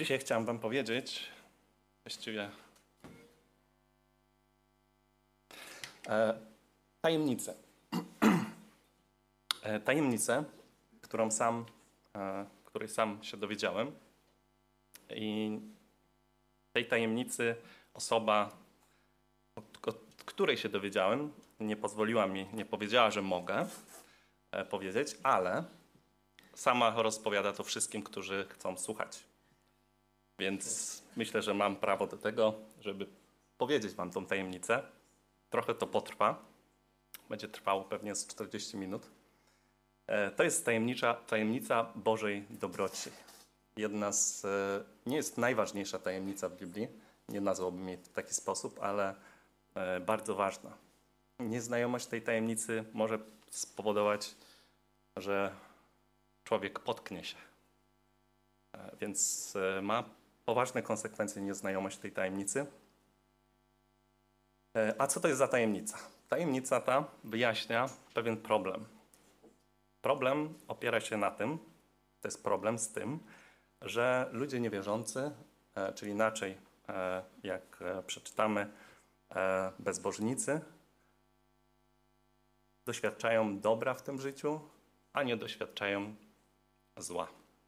Dzisiaj chciałem wam powiedzieć właściwie tajemnicę. Tajemnicę, której sam się dowiedziałem. I tej tajemnicy osoba, od której się dowiedziałem, nie pozwoliła mi, nie powiedziała, że mogę powiedzieć, ale sama rozpowiada to wszystkim, którzy chcą słuchać. Więc myślę, że mam prawo do tego, żeby powiedzieć wam tą tajemnicę. Trochę to potrwa. Będzie trwało pewnie z 40 minut. To jest tajemnica Bożej dobroci. Nie jest najważniejsza tajemnica w Biblii, nie nazwałbym jej w taki sposób, ale bardzo ważna. Nieznajomość tej tajemnicy może spowodować, że człowiek potknie się. Więc ma poważne konsekwencje nieznajomość tej tajemnicy. A co to jest za tajemnica? Tajemnica ta wyjaśnia pewien problem. Problem opiera się na tym, to jest problem z tym, że ludzie niewierzący, czyli inaczej jak przeczytamy, bezbożnicy, doświadczają dobra w tym życiu, a nie doświadczają zła.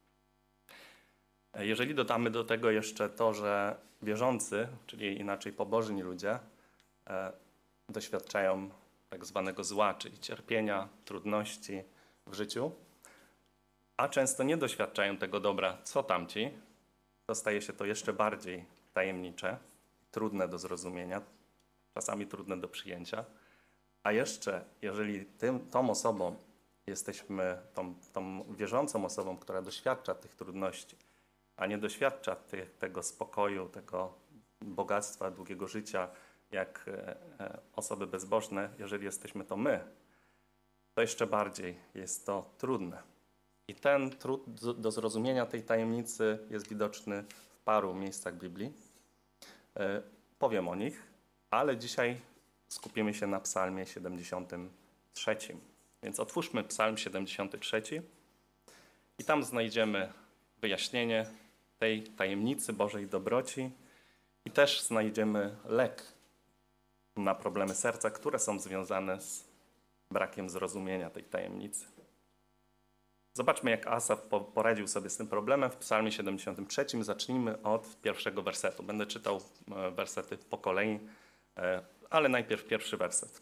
Jeżeli dodamy do tego jeszcze to, że wierzący, czyli inaczej pobożni ludzie, doświadczają tak zwanego zła, czyli cierpienia, trudności w życiu, a często nie doświadczają tego dobra, co tamci, to staje się to jeszcze bardziej tajemnicze, trudne do zrozumienia, czasami trudne do przyjęcia. A jeszcze, jeżeli tą osobą jesteśmy, tą wierzącą osobą, która doświadcza tych trudności, a nie doświadcza tego spokoju, tego bogactwa, długiego życia, jak osoby bezbożne, jeżeli jesteśmy to my, to jeszcze bardziej jest to trudne. I ten trud do zrozumienia tej tajemnicy jest widoczny w paru miejscach Biblii. Powiem o nich, ale dzisiaj skupimy się na Psalmie 73. Więc otwórzmy Psalm 73 i tam znajdziemy wyjaśnienie tej tajemnicy Bożej dobroci i też znajdziemy lek na problemy serca, które są związane z brakiem zrozumienia tej tajemnicy. Zobaczmy, jak Asaf poradził sobie z tym problemem w Psalmie 73. Zacznijmy od pierwszego wersetu. Będę czytał wersety po kolei, ale najpierw pierwszy werset.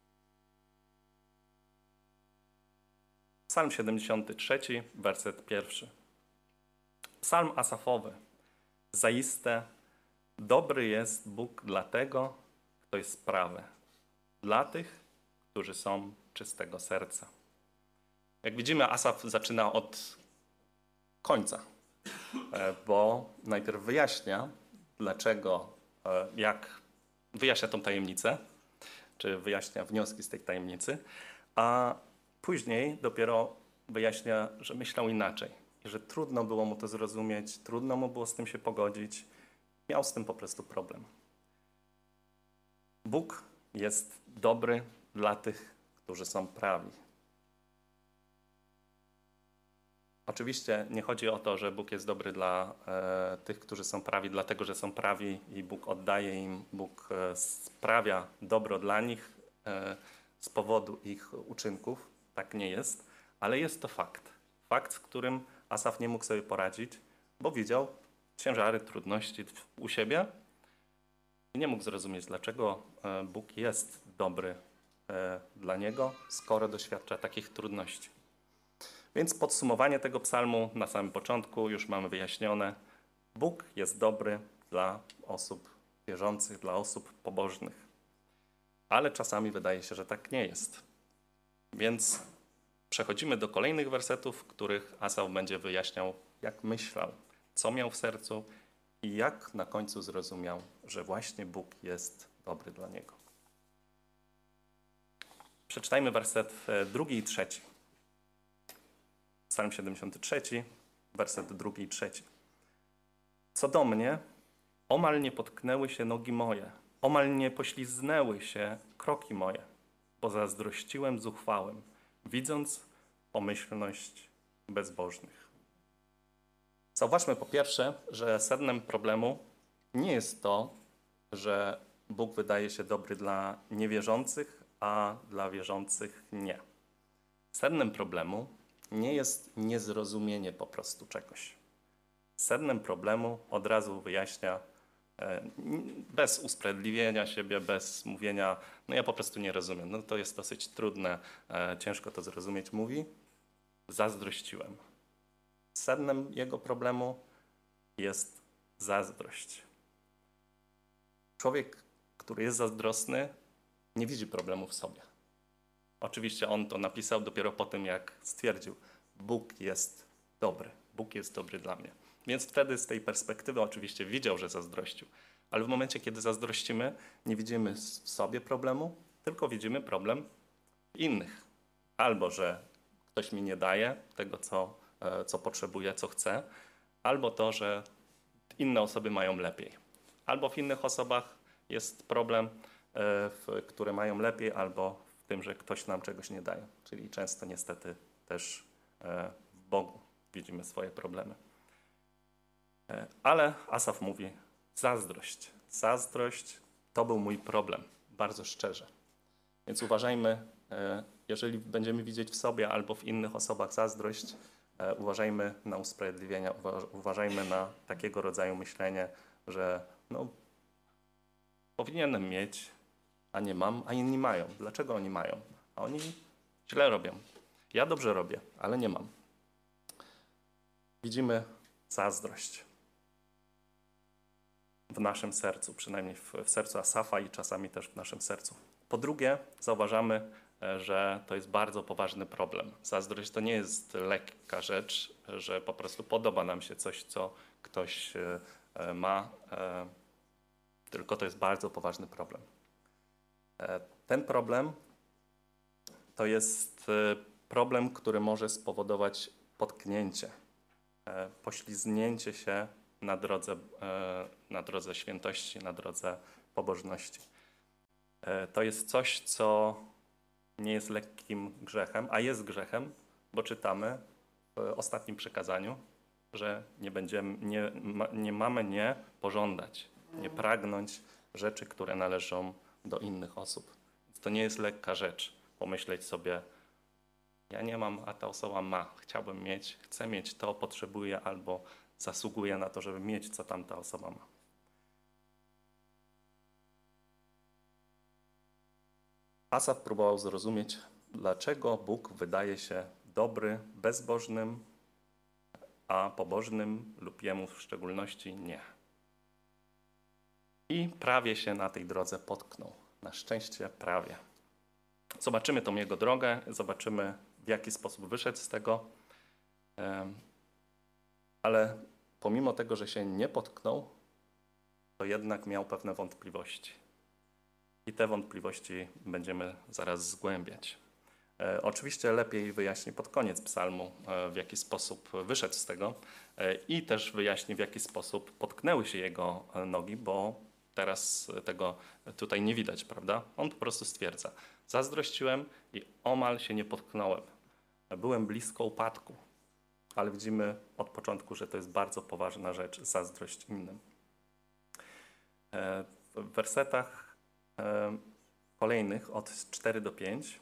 Psalm 73, werset pierwszy. Psalm Asafowy. Zaiste dobry jest Bóg dla tego, kto jest prawy, dla tych, którzy są czystego serca. Jak widzimy, Asaf zaczyna od końca, bo najpierw wyjaśnia, dlaczego, jak wyjaśnia tą tajemnicę, czy wyjaśnia wnioski z tej tajemnicy, a później dopiero wyjaśnia, że myślał inaczej, że trudno było mu to zrozumieć, trudno mu było z tym się pogodzić, miał z tym po prostu problem. Bóg jest dobry dla tych, którzy są prawi. Oczywiście nie chodzi o to, że Bóg jest dobry dla tych, którzy są prawi, dlatego że są prawi i Bóg oddaje im, Bóg sprawia dobro dla nich z powodu ich uczynków. Tak nie jest, ale jest to fakt. Fakt, z którym Asaf nie mógł sobie poradzić, bo widział ciężary, trudności u siebie i nie mógł zrozumieć, dlaczego Bóg jest dobry dla niego, skoro doświadcza takich trudności. Więc podsumowanie tego psalmu na samym początku już mamy wyjaśnione. Bóg jest dobry dla osób wierzących, dla osób pobożnych. Ale czasami wydaje się, że tak nie jest. Więc przechodzimy do kolejnych wersetów, w których Asaf będzie wyjaśniał, jak myślał, co miał w sercu i jak na końcu zrozumiał, że właśnie Bóg jest dobry dla niego. Przeczytajmy werset 2 i 3. Psalm 73, werset 2 i 3. Co do mnie, omal nie potknęły się nogi moje, omal nie pośliznęły się kroki moje, bo zazdrościłem zuchwałym, widząc pomyślność bezbożnych. Zauważmy po pierwsze, że sednem problemu nie jest to, że Bóg wydaje się dobry dla niewierzących, a dla wierzących nie. Sednem problemu nie jest niezrozumienie po prostu czegoś. Sednem problemu od razu wyjaśnia, bez usprawiedliwienia siebie, bez mówienia, no ja po prostu nie rozumiem, no to jest dosyć trudne, ciężko to zrozumieć, mówi, zazdrościłem. Sednem jego problemu jest zazdrość. Człowiek, który jest zazdrosny, nie widzi problemu w sobie. Oczywiście on to napisał dopiero po tym, jak stwierdził, Bóg jest dobry dla mnie. Więc wtedy z tej perspektywy oczywiście widział, że zazdrościł. Ale w momencie, kiedy zazdrościmy, nie widzimy w sobie problemu, tylko widzimy problem w innych. Albo, że ktoś mi nie daje tego, co potrzebuję, co chcę, albo to, że inne osoby mają lepiej. Albo w innych osobach jest problem, które mają lepiej, albo w tym, że ktoś nam czegoś nie daje. Czyli często niestety też w Bogu widzimy swoje problemy. Ale Asaf mówi, zazdrość. Zazdrość to był mój problem, bardzo szczerze. Więc uważajmy, jeżeli będziemy widzieć w sobie albo w innych osobach zazdrość, uważajmy na usprawiedliwienia, uważajmy na takiego rodzaju myślenie, że no, powinienem mieć, a nie mam, a inni mają. Dlaczego oni mają? A oni źle robią. Ja dobrze robię, ale nie mam. Widzimy zazdrość w naszym sercu, przynajmniej w sercu Asafa i czasami też w naszym sercu. Po drugie, zauważamy, że to jest bardzo poważny problem. Zazdrość to nie jest lekka rzecz, że po prostu podoba nam się coś, co ktoś ma, tylko to jest bardzo poważny problem. Ten problem to jest problem, który może spowodować potknięcie, poślizgnięcie się na drodze świętości, na drodze pobożności. To jest coś, co nie jest lekkim grzechem, a jest grzechem, bo czytamy w ostatnim przykazaniu, że nie mamy nie pożądać, nie pragnąć rzeczy, które należą do innych osób. Więc to nie jest lekka rzecz, pomyśleć sobie, ja nie mam, a ta osoba ma, chciałbym mieć, chcę mieć to, potrzebuję albo zasługuję na to, żeby mieć, co tamta osoba ma. Asaf próbował zrozumieć, dlaczego Bóg wydaje się dobry bezbożnym, a pobożnym lub jemu w szczególności nie. I prawie się na tej drodze potknął. Na szczęście prawie. Zobaczymy tą jego drogę, zobaczymy, w jaki sposób wyszedł z tego. Ale pomimo tego, że się nie potknął, to jednak miał pewne wątpliwości. I te wątpliwości będziemy zaraz zgłębiać. Oczywiście lepiej wyjaśni pod koniec psalmu, w jaki sposób wyszedł z tego i też wyjaśni, w jaki sposób potknęły się jego nogi, bo teraz tego tutaj nie widać, prawda? On po prostu stwierdza, zazdrościłem i omal się nie potknąłem. Byłem blisko upadku, ale widzimy od początku, że to jest bardzo poważna rzecz, zazdrość innym. W wersetach kolejnych od 4 do 5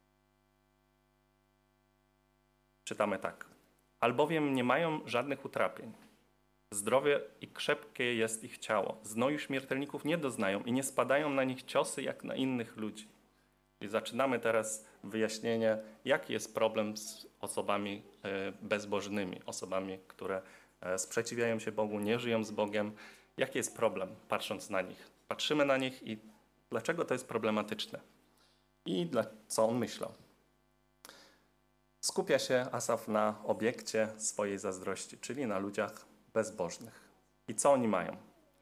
czytamy tak. Albowiem nie mają żadnych utrapień. Zdrowie i krzepkie jest ich ciało. Znoju śmiertelników nie doznają i nie spadają na nich ciosy jak na innych ludzi. I zaczynamy teraz wyjaśnienie, jaki jest problem z osobami bezbożnymi, osobami, które sprzeciwiają się Bogu, nie żyją z Bogiem. Jaki jest problem, patrząc na nich? Patrzymy na nich i dlaczego to jest problematyczne? I co on myślał? Skupia się Asaf na obiekcie swojej zazdrości, czyli na ludziach bezbożnych. I co oni mają?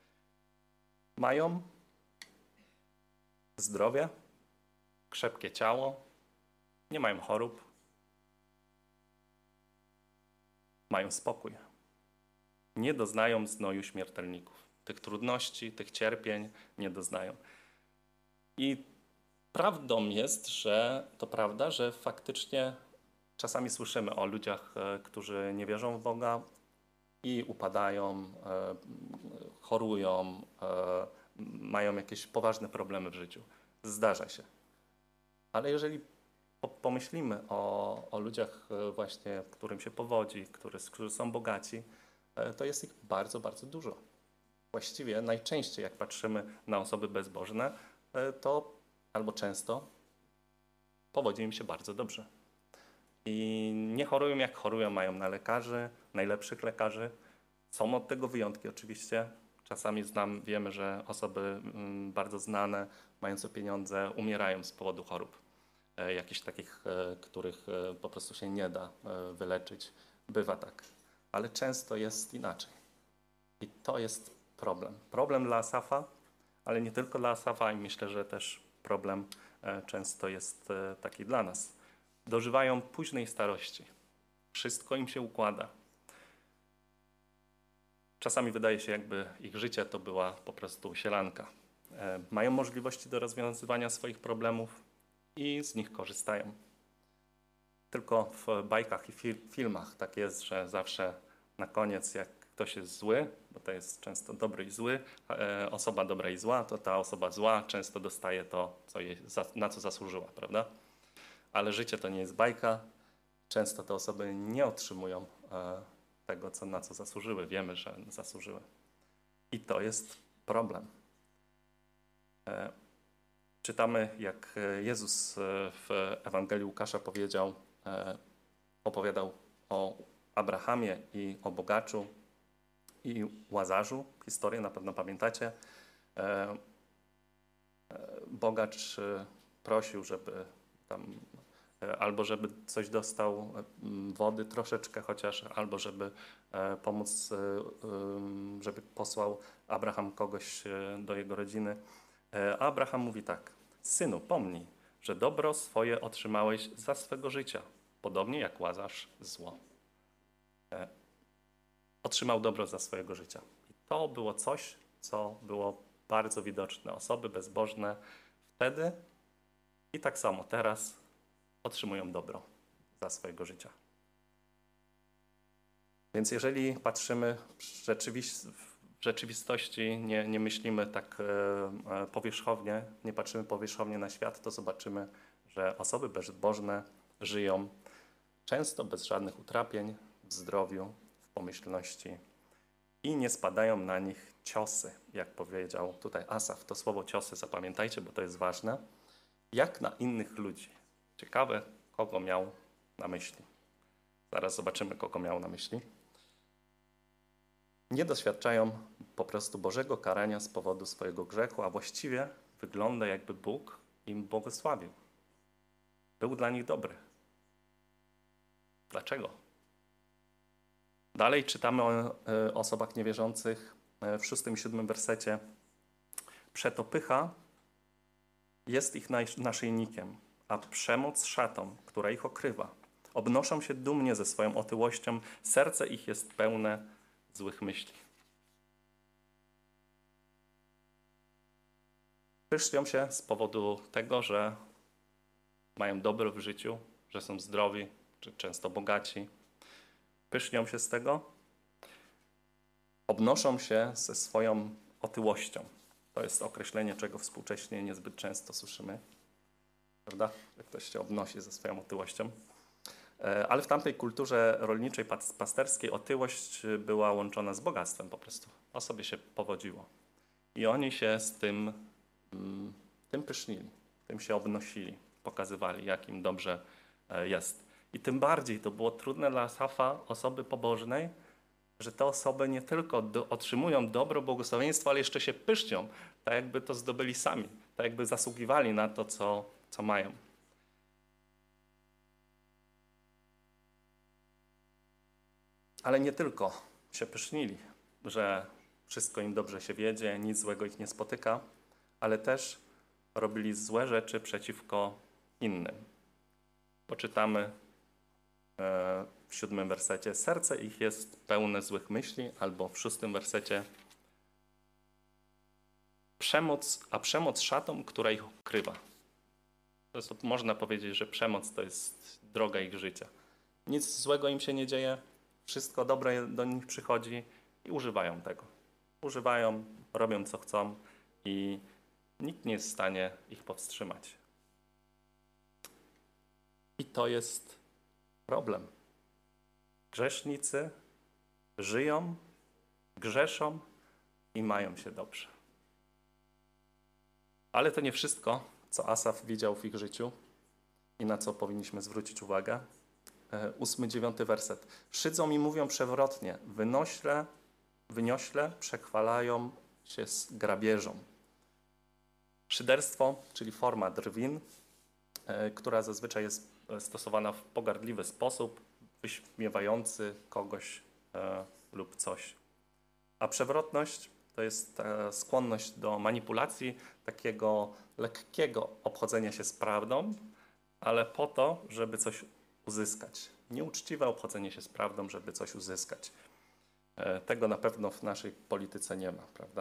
Mają zdrowie, krzepkie ciało, nie mają chorób, mają spokój. Nie doznają znoju śmiertelników. Tych trudności, tych cierpień nie doznają. I prawdą jest, że to prawda, że faktycznie czasami słyszymy o ludziach, którzy nie wierzą w Boga, i upadają, chorują, mają jakieś poważne problemy w życiu. Zdarza się. Ale jeżeli pomyślimy o ludziach właśnie, którym się powodzi, którzy są bogaci, to jest ich bardzo, bardzo dużo. Właściwie najczęściej, jak patrzymy na osoby bezbożne, to albo często powodzi im się bardzo dobrze. I nie chorują jak chorują, mają na lekarzy, najlepszych lekarzy. Są od tego wyjątki oczywiście. Czasami wiemy, że osoby bardzo znane, mające pieniądze, umierają z powodu chorób. Jakichś takich, których po prostu się nie da wyleczyć. Bywa tak. Ale często jest inaczej. I to jest problem. Problem dla Asafa, ale nie tylko dla Asafa i myślę, że też problem często jest taki dla nas. Dożywają późnej starości. Wszystko im się układa. Czasami wydaje się, jakby ich życie to była po prostu sielanka. Mają możliwości do rozwiązywania swoich problemów i z nich korzystają. Tylko w bajkach i filmach tak jest, że zawsze na koniec, jak ktoś jest zły, bo to jest często dobry i zły, osoba dobra i zła, to ta osoba zła często dostaje to, na co zasłużyła, prawda? Ale życie to nie jest bajka. Często te osoby nie otrzymują tego, na co zasłużyły. Wiemy, że zasłużyły. I to jest problem. Czytamy, jak Jezus w Ewangelii Łukasza opowiadał o Abrahamie i o bogaczu i Łazarzu. Historię na pewno pamiętacie. Bogacz prosił, żeby albo żeby coś dostał, wody troszeczkę chociaż, albo żeby pomóc, żeby posłał Abraham kogoś do jego rodziny. A Abraham mówi tak: synu, pomnij, że dobro swoje otrzymałeś za swego życia, podobnie jak Łazarz zło. Otrzymał dobro za swojego życia. I to było coś, co było bardzo widoczne. Osoby bezbożne wtedy i tak samo teraz otrzymują dobro za swojego życia. Więc jeżeli patrzymy w rzeczywistości, nie myślimy tak powierzchownie, nie patrzymy powierzchownie na świat, to zobaczymy, że osoby bezbożne żyją często bez żadnych utrapień, w zdrowiu, w pomyślności i nie spadają na nich ciosy, jak powiedział tutaj Asaf. To słowo ciosy zapamiętajcie, bo to jest ważne. Jak na innych ludzi. Ciekawe, kogo miał na myśli. Zaraz zobaczymy, kogo miał na myśli. Nie doświadczają po prostu Bożego karania z powodu swojego grzechu, a właściwie wygląda, jakby Bóg im błogosławił. Był dla nich dobry. Dlaczego? Dalej czytamy o osobach niewierzących w 6 i 7 wersecie. Przeto pycha jest ich naszyjnikiem, a przemoc szatą, która ich okrywa. Obnoszą się dumnie ze swoją otyłością, serce ich jest pełne złych myśli. Pysznią się z powodu tego, że mają dobro w życiu, że są zdrowi, czy często bogaci. Pysznią się z tego. Obnoszą się ze swoją otyłością. To jest określenie, czego współcześnie niezbyt często słyszymy. Prawda? Jak ktoś się obnosi ze swoją otyłością. Ale w tamtej kulturze rolniczej, pasterskiej otyłość była łączona z bogactwem po prostu. Osobie się powodziło. I oni się z tym pysznili, tym się obnosili, pokazywali, jak im dobrze jest. I tym bardziej to było trudne dla Asafa, osoby pobożnej, że te osoby nie tylko otrzymują dobro, błogosławieństwo, ale jeszcze się pysznią, tak jakby to zdobyli sami, tak jakby zasługiwali na to, co mają. Ale nie tylko się pysznili, że wszystko im dobrze się wiedzie, nic złego ich nie spotyka, ale też robili złe rzeczy przeciwko innym. Poczytamy w 7 wersecie: serce ich jest pełne złych myśli, albo w 6 wersecie: przemoc szatą, która ich ukrywa. To jest, można powiedzieć, że przemoc to jest droga ich życia. Nic złego im się nie dzieje, Wszystko dobre do nich przychodzi i używają tego. Używają, robią co chcą i nikt nie jest w stanie ich powstrzymać. I to jest problem. Grzesznicy żyją, grzeszą i mają się dobrze. Ale to nie wszystko, co Asaf widział w ich życiu i na co powinniśmy zwrócić uwagę. 8-9 werset. Szydzą i mówią przewrotnie, wyniośle przechwalają się z grabieżą. Szyderstwo, czyli forma drwin, która zazwyczaj jest stosowana w pogardliwy sposób, wyśmiewający kogoś lub coś. A przewrotność to jest skłonność do manipulacji, takiego lekkiego obchodzenia się z prawdą, ale po to, żeby coś uzyskać. Nieuczciwe obchodzenie się z prawdą, żeby coś uzyskać. Tego na pewno w naszej polityce nie ma, prawda?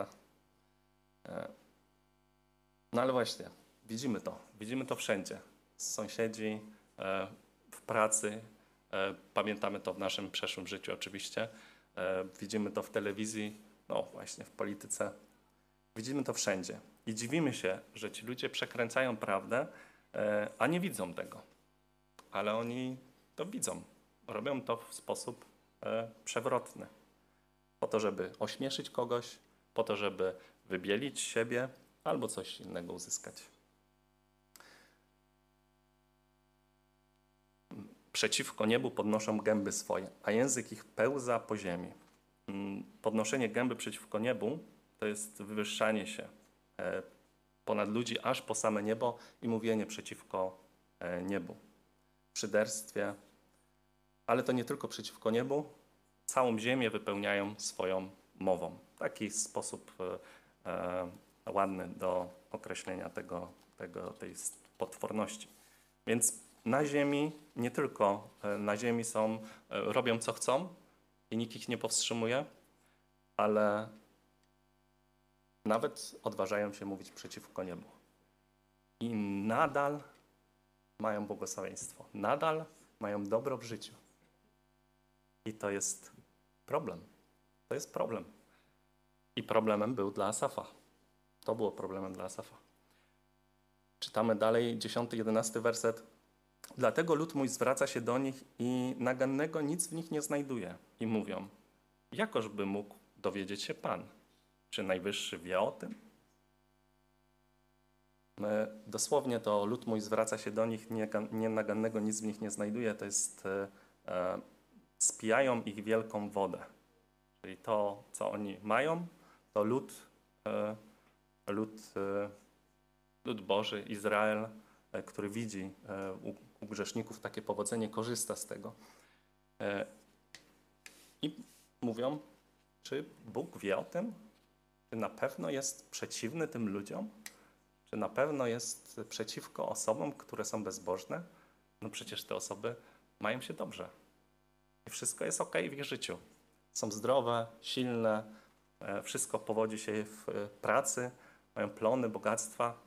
No ale właśnie, widzimy to wszędzie. Sąsiedzi, w pracy, pamiętamy to w naszym przeszłym życiu oczywiście, widzimy to w telewizji, no właśnie w polityce. Widzimy to wszędzie i dziwimy się, że ci ludzie przekręcają prawdę, a nie widzą tego. Ale oni to widzą. Robią to w sposób przewrotny. Po to, żeby ośmieszyć kogoś, po to, żeby wybielić siebie albo coś innego uzyskać. Przeciwko niebu podnoszą gęby swoje, a język ich pełza po ziemi. Podnoszenie gęby przeciwko niebu to jest wywyższanie się ponad ludzi aż po same niebo i mówienie przeciwko niebu. W szyderstwie, ale to nie tylko przeciwko niebu, całą ziemię wypełniają swoją mową. Taki sposób ładny do określenia tej potworności. Więc na ziemi, nie tylko na ziemi robią co chcą i nikt ich nie powstrzymuje, ale nawet odważają się mówić przeciwko niebu. I nadal mają błogosławieństwo, nadal mają dobro w życiu. I to jest problem. To jest problem. I problemem był dla Asafa. To było problemem dla Asafa. Czytamy dalej, 10-11 werset. Dlatego lud mój zwraca się do nich i nagannego nic w nich nie znajduje. I mówią, jakoż by mógł dowiedzieć się Pan? Czy Najwyższy wie o tym? Dosłownie to lud mój zwraca się do nich, nienagannego nic w nich nie znajduje. To jest spijają ich wielką wodę. Czyli to, co oni mają, to lud Boży, Izrael, który widzi u grzeszników takie powodzenie, korzysta z tego. I mówią, czy Bóg wie o tym? Czy na pewno jest przeciwny tym ludziom? Czy na pewno jest przeciwko osobom, które są bezbożne? No przecież te osoby mają się dobrze. I wszystko jest okej w ich życiu. Są zdrowe, silne, wszystko powodzi się w pracy, mają plony, bogactwa.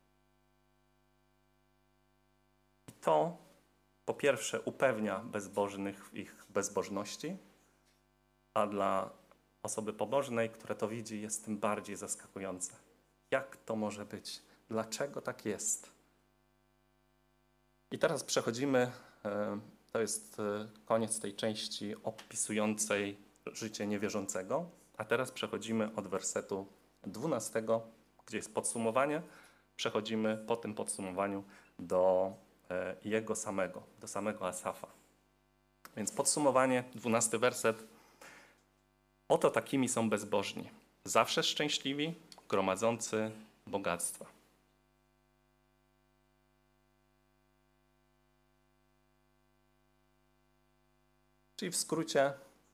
I to po pierwsze upewnia bezbożnych w ich bezbożności, a dla osoby pobożnej, która to widzi, jest tym bardziej zaskakujące. Jak to może być? Dlaczego tak jest? I teraz przechodzimy, to jest koniec tej części opisującej życie niewierzącego, a teraz przechodzimy od wersetu 12, gdzie jest podsumowanie, przechodzimy po tym podsumowaniu do jego samego, do samego Asafa. Więc podsumowanie, 12 werset. Oto takimi są bezbożni, zawsze szczęśliwi, gromadzący bogactwa. Czyli w skrócie,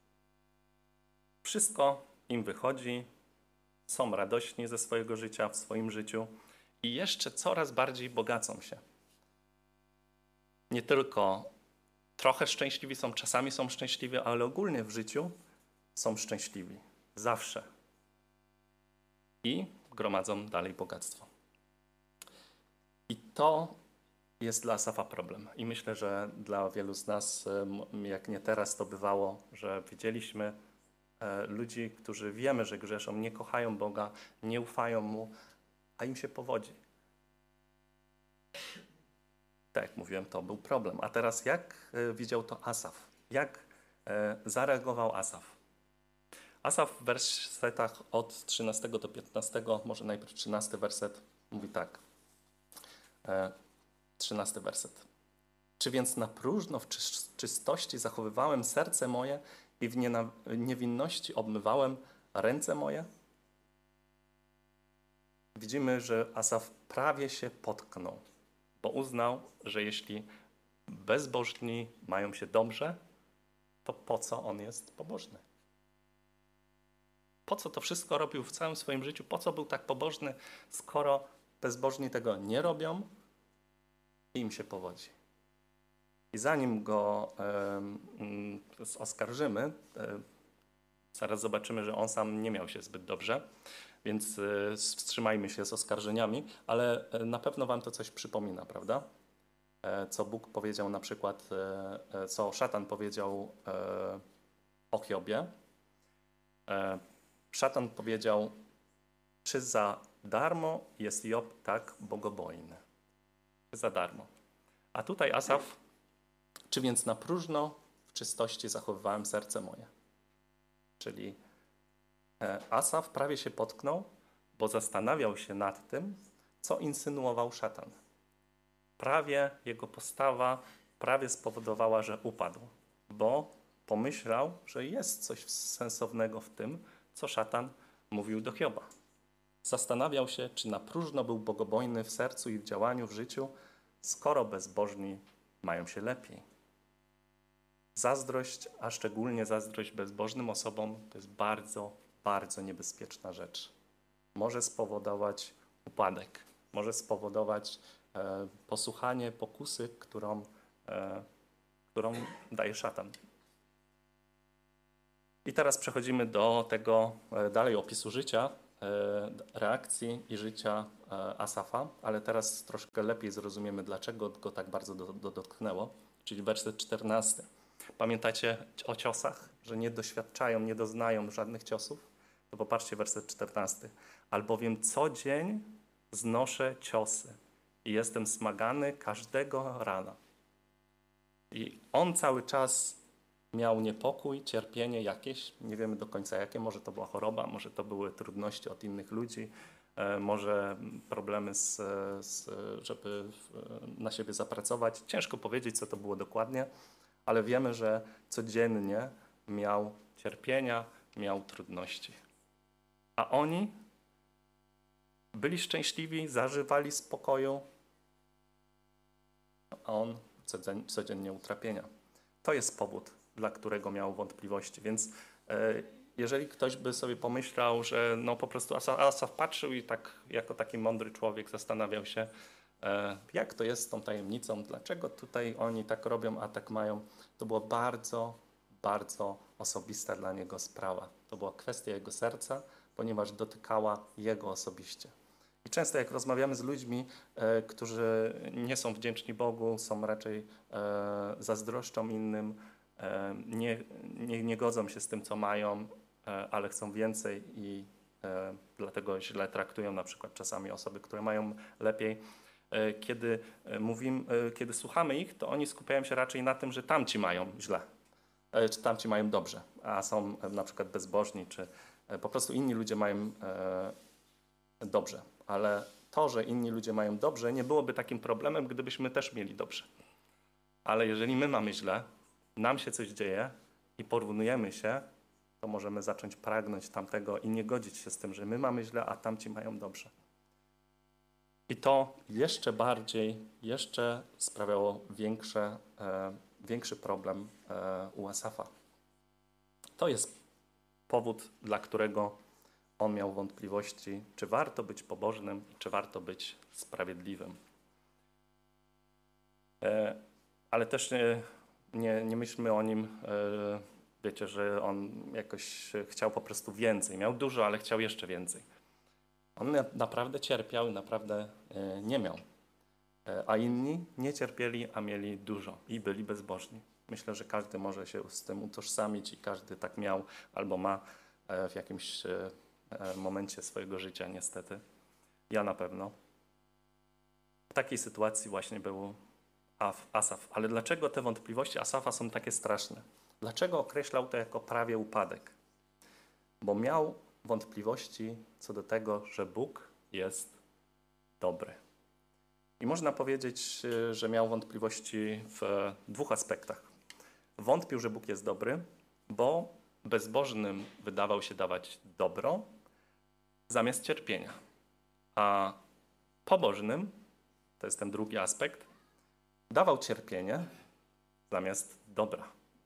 wszystko im wychodzi, są radośni ze swojego życia, w swoim życiu i jeszcze coraz bardziej bogacą się. Nie tylko trochę szczęśliwi są, czasami są szczęśliwi, ale ogólnie w życiu są szczęśliwi. Zawsze. I gromadzą dalej bogactwo. I to jest dla Asafa problem. I myślę, że dla wielu z nas, jak nie teraz to bywało, że widzieliśmy ludzi, którzy wiemy, że grzeszą, nie kochają Boga, nie ufają Mu, a im się powodzi. Tak jak mówiłem, to był problem. A teraz jak widział to Asaf? Jak zareagował Asaf? Asaf w wersetach od 13 do 15, może najpierw 13 werset, mówi tak. 13 werset. Czy więc na próżno w czystości zachowywałem serce moje i w niewinności obmywałem ręce moje? Widzimy, że Asaf prawie się potknął, bo uznał, że jeśli bezbożni mają się dobrze, to po co on jest pobożny? Po co to wszystko robił w całym swoim życiu? Po co był tak pobożny, skoro bezbożni tego nie robią i im się powodzi? I zanim go oskarżymy, zaraz zobaczymy, że on sam nie miał się zbyt dobrze, więc wstrzymajmy się z oskarżeniami, ale na pewno wam to coś przypomina, prawda? Co Bóg powiedział na przykład, co szatan powiedział o Hiobie. Szatan powiedział, czy za darmo jest Job tak bogobojny? Czy za darmo? A tutaj Asaf, czy więc na próżno w czystości zachowywałem serce moje? Czyli Asaf prawie się potknął, bo zastanawiał się nad tym, co insynuował szatan. Prawie jego postawa prawie spowodowała, że upadł, bo pomyślał, że jest coś sensownego w tym, co szatan mówił do Hioba. Zastanawiał się, czy na próżno był bogobojny w sercu i w działaniu, w życiu, skoro bezbożni mają się lepiej. Zazdrość, a szczególnie zazdrość bezbożnym osobom, to jest bardzo, bardzo niebezpieczna rzecz. Może spowodować upadek, może spowodować posłuchanie pokusy, którą daje szatan. I teraz przechodzimy do tego dalej opisu życia, reakcji i życia Asafa, ale teraz troszkę lepiej zrozumiemy, dlaczego go tak bardzo dotknęło, czyli werset 14. Pamiętacie o ciosach, że nie doświadczają, nie doznają żadnych ciosów? To popatrzcie werset 14. Albowiem co dzień znoszę ciosy i jestem smagany każdego rana. I on cały czas miał niepokój, cierpienie jakieś, nie wiemy do końca jakie, może to była choroba, może to były trudności od innych ludzi, może problemy, żeby na siebie zapracować. Ciężko powiedzieć, co to było dokładnie, ale wiemy, że codziennie miał cierpienia, miał trudności. A oni byli szczęśliwi, zażywali spokoju, a on codziennie utrapienia. To jest powód, dla którego miał wątpliwości. Więc jeżeli ktoś by sobie pomyślał, że no po prostu Asaf patrzył i tak jako taki mądry człowiek zastanawiał się, jak to jest z tą tajemnicą, dlaczego tutaj oni tak robią, a tak mają, to była bardzo, bardzo osobista dla niego sprawa. To była kwestia jego serca, ponieważ dotykała jego osobiście. I często jak rozmawiamy z ludźmi, którzy nie są wdzięczni Bogu, są raczej zazdroszczą innym, nie godzą się z tym, co mają, ale chcą więcej i dlatego źle traktują na przykład czasami osoby, które mają lepiej. Kiedy słuchamy ich, to oni skupiają się raczej na tym, że tamci mają źle, czy tamci mają dobrze, a są na przykład bezbożni, czy po prostu inni ludzie mają dobrze. Ale to, że inni ludzie mają dobrze, nie byłoby takim problemem, gdybyśmy też mieli dobrze. Ale jeżeli my mamy źle, nam się coś dzieje i porównujemy się, to możemy zacząć pragnąć tamtego i nie godzić się z tym, że my mamy źle, a tamci mają dobrze. I to jeszcze sprawiało większy problem u Asafa. To jest powód, dla którego on miał wątpliwości, czy warto być pobożnym, czy warto być sprawiedliwym. Ale też nie myślmy o nim, wiecie, że on jakoś chciał po prostu więcej. Miał dużo, ale chciał jeszcze więcej. On naprawdę cierpiał i naprawdę nie miał. a inni nie cierpieli, a mieli dużo i byli bezbożni. Myślę, że każdy może się z tym utożsamić i każdy tak miał albo ma w jakimś momencie swojego życia niestety. Ja na pewno. W takiej sytuacji właśnie był Asaf. Ale dlaczego te wątpliwości Asafa są takie straszne? Dlaczego określał to jako prawie upadek? Bo miał wątpliwości co do tego, że Bóg jest dobry. I można powiedzieć, że miał wątpliwości w dwóch aspektach. Wątpił, że Bóg jest dobry, bo bezbożnym wydawał się dawać dobro zamiast cierpienia. A pobożnym, to jest ten drugi aspekt, dawał cierpienie zamiast dobra.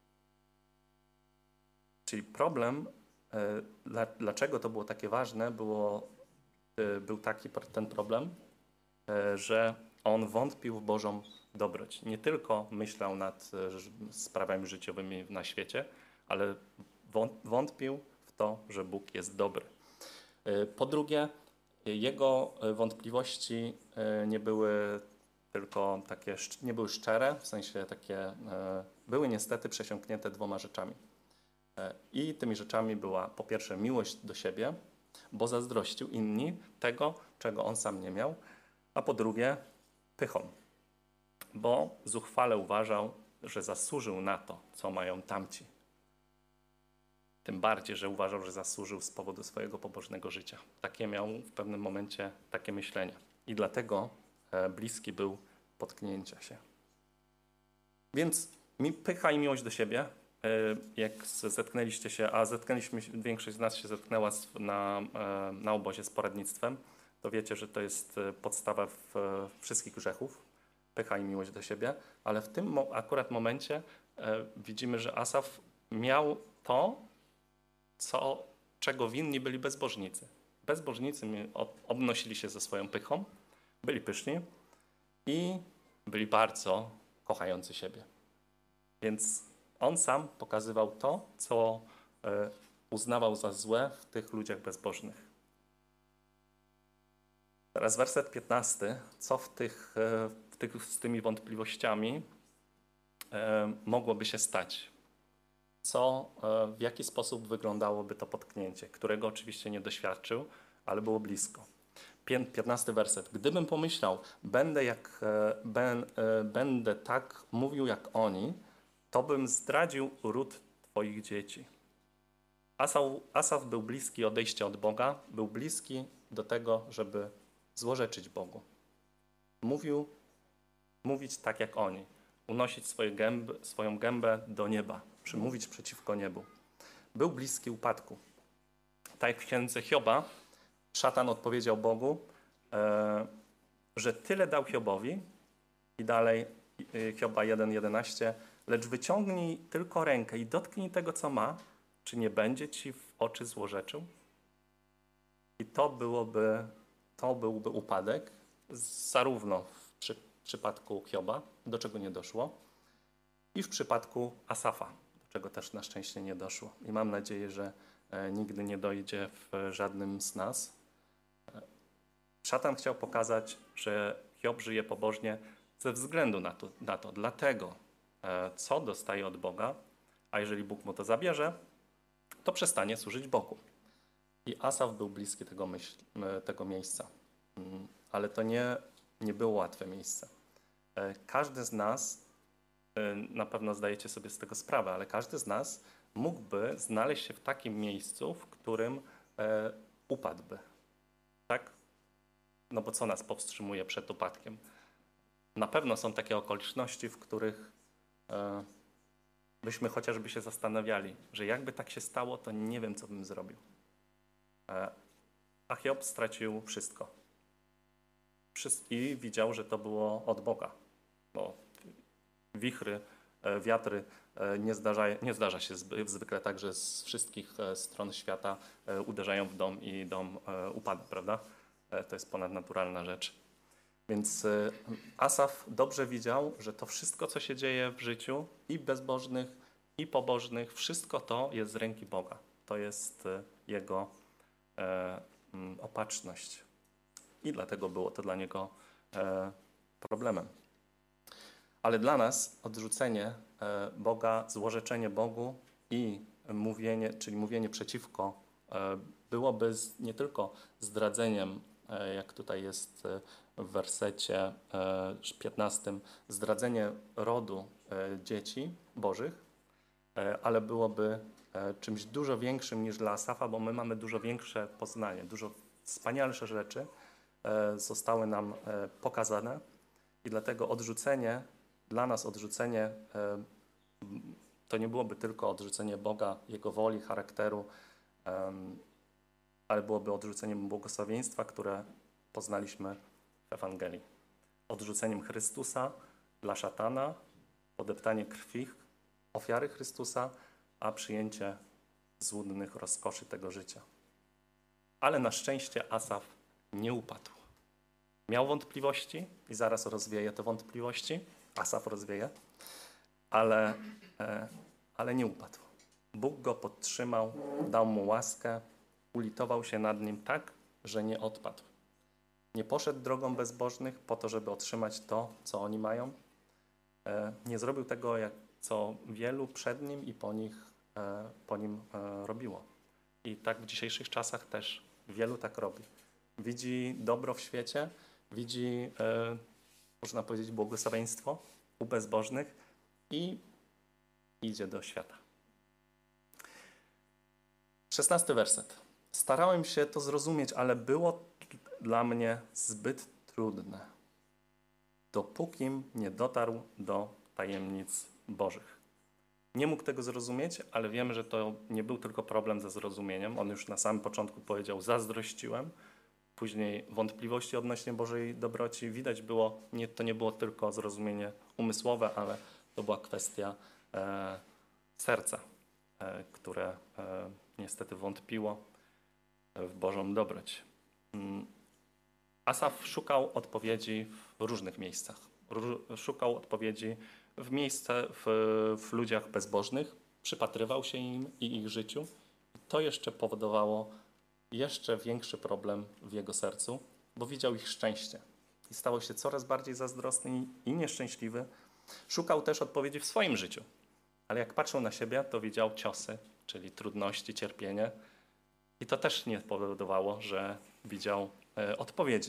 Czyli problem, dlaczego to było takie ważne, był taki ten problem, że on wątpił w Bożą dobroć. Nie tylko myślał nad sprawami życiowymi na świecie, ale wątpił w to, że Bóg jest dobry. Po drugie, jego wątpliwości nie były tylko takie, nie były szczere, w sensie takie, były niestety przesiąknięte dwoma rzeczami. I tymi rzeczami była po pierwsze miłość do siebie, bo zazdrościł inni tego, czego on sam nie miał, a po drugie pychą, bo zuchwale uważał, że zasłużył na to, co mają tamci. Tym bardziej, że uważał, że zasłużył z powodu swojego pobożnego życia. Takie miał w pewnym momencie takie myślenie. I dlatego bliski był potknięcia się. Więc pycha i miłość do siebie, jak zetknęliście się, a większość z nas się zetknęła na obozie z poradnictwem, to wiecie, że to jest podstawa wszystkich grzechów, pycha i miłość do siebie, ale w tym akurat momencie widzimy, że Asaf miał to, czego winni byli bezbożnicy. Bezbożnicy obnosili się ze swoją pychą, byli pyszni i byli bardzo kochający siebie. Więc on sam pokazywał to, co uznawał za złe w tych ludziach bezbożnych. Teraz werset 15. Co z tymi wątpliwościami mogłoby się stać? W jaki sposób wyglądałoby to potknięcie, którego oczywiście nie doświadczył, ale było blisko. 15 werset. Gdybym pomyślał, będę tak mówił jak oni, to bym zdradził ród twoich dzieci. Asaf był bliski odejścia od Boga, był bliski do tego, żeby złorzeczyć Bogu. Mówić tak jak oni, unosić swoją gębę do nieba, mówić przeciwko niebu. Był bliski upadku. Tak jak w księdze Hioba, szatan odpowiedział Bogu, że tyle dał Hiobowi i dalej Hioba 1:11, lecz wyciągnij tylko rękę i dotknij tego, co ma, czy nie będzie ci w oczy złorzeczył? I to byłby upadek, zarówno w przypadku Hioba, do czego nie doszło, i w przypadku Asafa, do czego też na szczęście nie doszło. I mam nadzieję, że nigdy nie dojdzie w żadnym z nas. Szatan chciał pokazać, że Hiob żyje pobożnie ze względu na to, dlatego, co dostaje od Boga, a jeżeli Bóg mu to zabierze, to przestanie służyć Bogu. I Asaf był bliski tego miejsca. Ale to nie było łatwe miejsce. Każdy z nas, na pewno zdajecie sobie z tego sprawę, ale każdy z nas mógłby znaleźć się w takim miejscu, w którym upadłby. Tak? No bo co nas powstrzymuje przed upadkiem? Na pewno są takie okoliczności, w których byśmy chociażby się zastanawiali, że jakby tak się stało, to nie wiem, co bym zrobił. A Hiob stracił wszystko. I widział, że to było od Boga. Bo wichry, wiatry nie zdarza się zwykle tak, że z wszystkich stron świata uderzają w dom i dom upada, prawda? To jest ponadnaturalna rzecz. Więc Asaf dobrze widział, że to wszystko, co się dzieje w życiu, i bezbożnych, i pobożnych, wszystko to jest z ręki Boga. To jest Jego opatrzność. I dlatego było to dla niego problemem. Ale dla nas odrzucenie Boga, złorzeczenie Bogu i mówienie, czyli mówienie przeciwko, byłoby nie tylko zdradzeniem, jak tutaj jest w wersecie 15, zdradzenie rodu dzieci bożych, ale byłoby czymś dużo większym niż dla Asafa, bo my mamy dużo większe poznanie, dużo wspanialsze rzeczy zostały nam pokazane i dlatego odrzucenie, dla nas odrzucenie to nie byłoby tylko odrzucenie Boga, Jego woli, charakteru, ale byłoby odrzuceniem błogosławieństwa, które poznaliśmy w Ewangelii. Odrzuceniem Chrystusa dla szatana, podeptanie krwi, ofiary Chrystusa, a przyjęcie złudnych rozkoszy tego życia. Ale na szczęście Asaf nie upadł. Miał wątpliwości i zaraz rozwieje te wątpliwości. Asaf rozwieje, ale nie upadł. Bóg go podtrzymał, dał mu łaskę, ulitował się nad nim tak, że nie odpadł. Nie poszedł drogą bezbożnych po to, żeby otrzymać to, co oni mają. Nie zrobił tego, jak co wielu przed nim i po nim robiło. I tak w dzisiejszych czasach też wielu tak robi. Widzi dobro w świecie, widzi, można powiedzieć, błogosławieństwo u bezbożnych i idzie do świata. 16 werset. Starałem się to zrozumieć, ale było dla mnie zbyt trudne, dopókim nie dotarł do tajemnic Bożych. Nie mógł tego zrozumieć, ale wiemy, że to nie był tylko problem ze zrozumieniem. On już na samym początku powiedział, zazdrościłem. Później wątpliwości odnośnie Bożej dobroci. Widać było, to nie było tylko zrozumienie umysłowe, ale to była kwestia serca, które niestety wątpiło w Bożą dobroć. Asaf szukał odpowiedzi w różnych miejscach. Szukał odpowiedzi w ludziach bezbożnych, przypatrywał się im i ich życiu. To jeszcze powodowało jeszcze większy problem w jego sercu, bo widział ich szczęście i stawał się coraz bardziej zazdrosny i nieszczęśliwy. Szukał też odpowiedzi w swoim życiu, ale jak patrzył na siebie, to widział ciosy, czyli trudności, cierpienie i to też nie powodowało, że widział odpowiedzi.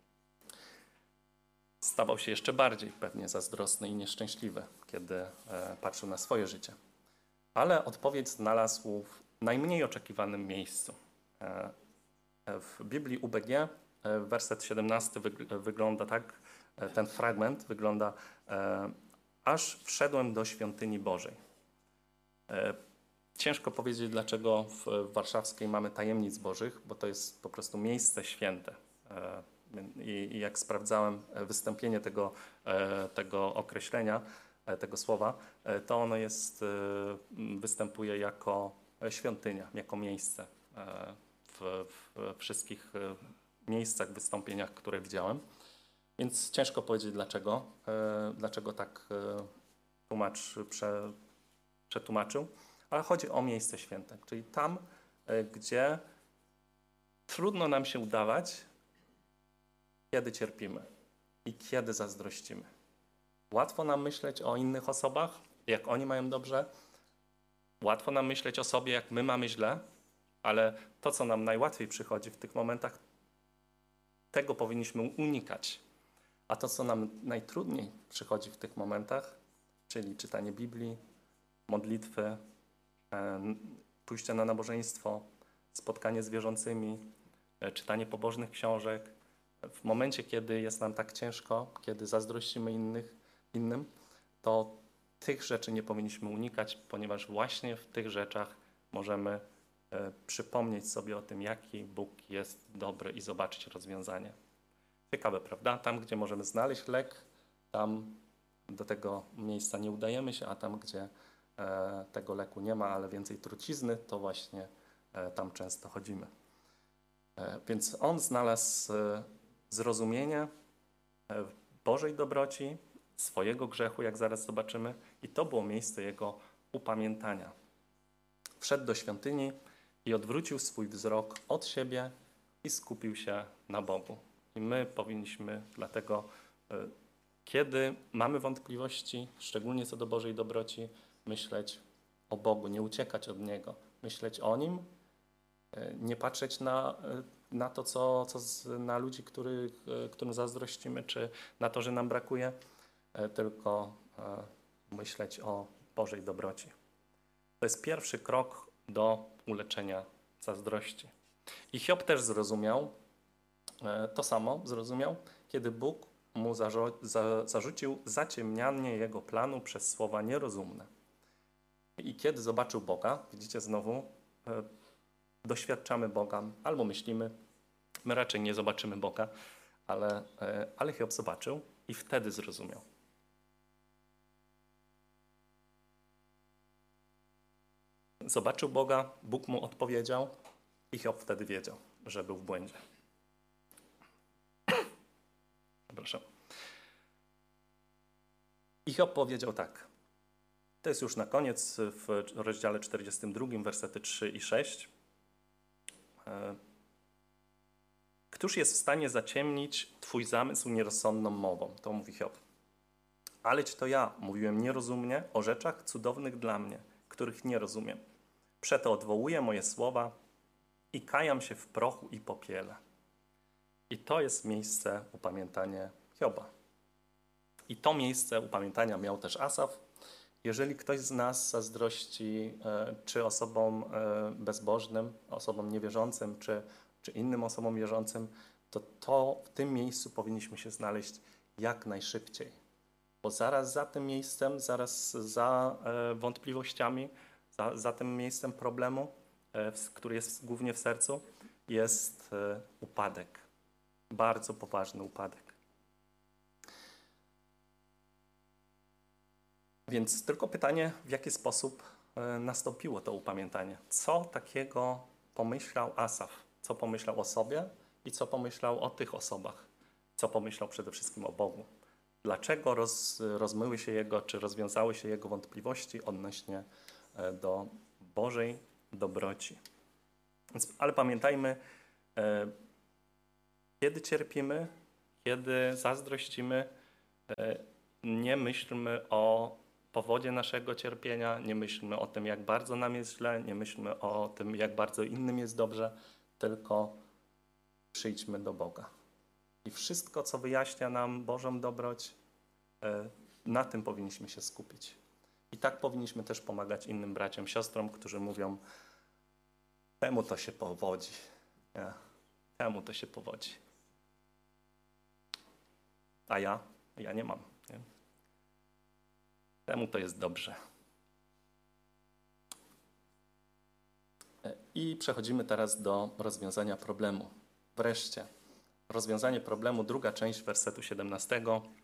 Stawał się jeszcze bardziej pewnie zazdrosny i nieszczęśliwy, kiedy patrzył na swoje życie. Ale odpowiedź znalazł w najmniej oczekiwanym miejscu. W Biblii UBG werset 17 wygląda tak, ten fragment wygląda: aż wszedłem do świątyni Bożej. Ciężko powiedzieć, dlaczego w warszawskiej mamy tajemnic Bożych, bo to jest po prostu miejsce święte. I jak sprawdzałem wystąpienie tego określenia, tego słowa, to ono występuje jako świątynia, jako miejsce w wszystkich miejscach, wystąpieniach, które widziałem. Więc ciężko powiedzieć dlaczego tak tłumacz przetłumaczył, ale chodzi o miejsce święte, czyli tam, gdzie trudno nam się udawać, kiedy cierpimy i kiedy zazdrościmy. Łatwo nam myśleć o innych osobach, jak oni mają dobrze. Łatwo nam myśleć o sobie, jak my mamy źle, ale to, co nam najłatwiej przychodzi w tych momentach, tego powinniśmy unikać. A to, co nam najtrudniej przychodzi w tych momentach, czyli czytanie Biblii, modlitwy, pójście na nabożeństwo, spotkanie z wierzącymi, czytanie pobożnych książek. W momencie, kiedy jest nam tak ciężko, kiedy zazdrościmy innym, to tych rzeczy nie powinniśmy unikać, ponieważ właśnie w tych rzeczach możemy przypomnieć sobie o tym, jaki Bóg jest dobry i zobaczyć rozwiązanie. Ciekawe, prawda? Tam, gdzie możemy znaleźć lek, tam do tego miejsca nie udajemy się, a tam, gdzie tego leku nie ma, ale więcej trucizny, to właśnie tam często chodzimy. Więc on znalazł zrozumienie Bożej dobroci, swojego grzechu, jak zaraz zobaczymy, i to było miejsce jego upamiętania. Wszedł do świątyni i odwrócił swój wzrok od siebie i skupił się na Bogu. I my powinniśmy dlatego Kiedy mamy wątpliwości, szczególnie co do Bożej dobroci, myśleć o Bogu, nie uciekać od Niego, myśleć o Nim, nie patrzeć na to, na ludzi, którym zazdrościmy, czy na to, że nam brakuje, tylko myśleć o Bożej dobroci. To jest pierwszy krok do uleczenia zazdrości. I Hiob też zrozumiał, to samo zrozumiał, kiedy Bóg mu zarzucił zaciemnianie jego planu przez słowa nierozumne. I kiedy zobaczył Boga, widzicie znowu, doświadczamy Boga, albo myślimy, my raczej nie zobaczymy Boga, ale Hiob zobaczył i wtedy zrozumiał. Zobaczył Boga, Bóg mu odpowiedział i Hiob wtedy wiedział, że był w błędzie. Przepraszam. I Hiob powiedział tak. To jest już na koniec w rozdziale 42, wersety 3 i 6. Któż jest w stanie zaciemnić Twój zamysł nierozsądną mową? To mówi Hiob. Aleć to ja mówiłem nierozumnie o rzeczach cudownych dla mnie, których nie rozumiem. Przeto odwołuję moje słowa i kajam się w prochu i popiele. I to jest miejsce upamiętania Hioba. I to miejsce upamiętania miał też Asaf. Jeżeli ktoś z nas zazdrości czy osobom bezbożnym, osobom niewierzącym, czy innym osobom wierzącym, to w tym miejscu powinniśmy się znaleźć jak najszybciej. Bo zaraz za tym miejscem, zaraz za wątpliwościami, za tym miejscem problemu, który jest głównie w sercu, jest upadek. Bardzo poważny upadek. Więc tylko pytanie, w jaki sposób nastąpiło to upamiętanie. Co takiego pomyślał Asaf? Co pomyślał o sobie i co pomyślał o tych osobach? Co pomyślał przede wszystkim o Bogu? Dlaczego rozmyły się jego, czy rozwiązały się jego wątpliwości odnośnie do Bożej dobroci? Ale pamiętajmy, kiedy cierpimy, kiedy zazdrościmy, nie myślmy o powodzie naszego cierpienia, nie myślmy o tym, jak bardzo nam jest źle, nie myślmy o tym, jak bardzo innym jest dobrze, tylko przyjdźmy do Boga. I wszystko, co wyjaśnia nam Bożą dobroć, na tym powinniśmy się skupić. I tak powinniśmy też pomagać innym braciom, siostrom, którzy mówią, temu to się powodzi. Temu to się powodzi. A ja nie mam. Nie? Temu to jest dobrze. I przechodzimy teraz do rozwiązania problemu. Wreszcie, rozwiązanie problemu, druga część wersetu 17.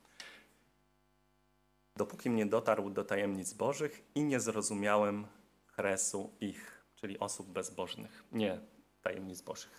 Dopóki nie dotarł do tajemnic Bożych i nie zrozumiałem kresu ich, czyli osób bezbożnych, nie tajemnic Bożych.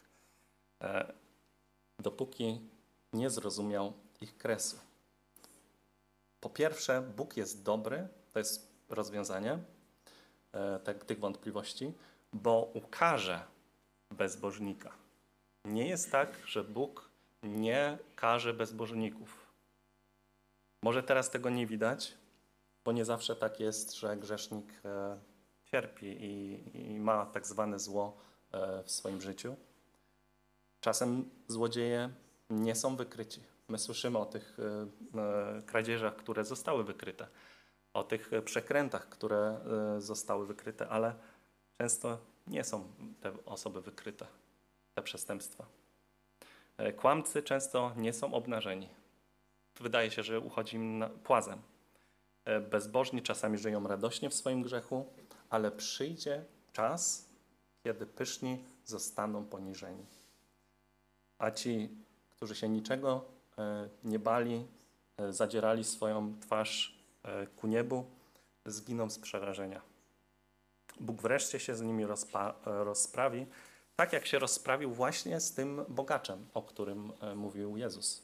Dopóki nie zrozumiał ich kresu. Po pierwsze, Bóg jest dobry, to jest rozwiązanie tych wątpliwości, bo ukarze bezbożnika. Nie jest tak, że Bóg nie karze bezbożników. Może teraz tego nie widać, bo nie zawsze tak jest, że grzesznik cierpi i ma tak zwane zło w swoim życiu. Czasem złodzieje nie są wykryci. My słyszymy o tych kradzieżach, które zostały wykryte, o tych przekrętach, które zostały wykryte, ale często nie są te osoby wykryte, te przestępstwa. Kłamcy często nie są obnażeni. Wydaje się, że uchodzi im płazem. Bezbożni czasami żyją radośnie w swoim grzechu, ale przyjdzie czas, kiedy pyszni zostaną poniżeni. A ci, którzy się niczego nie bali, zadzierali swoją twarz ku niebu, zginą z przerażenia. Bóg wreszcie się z nimi rozprawi, tak jak się rozprawił właśnie z tym bogaczem, o którym mówił Jezus.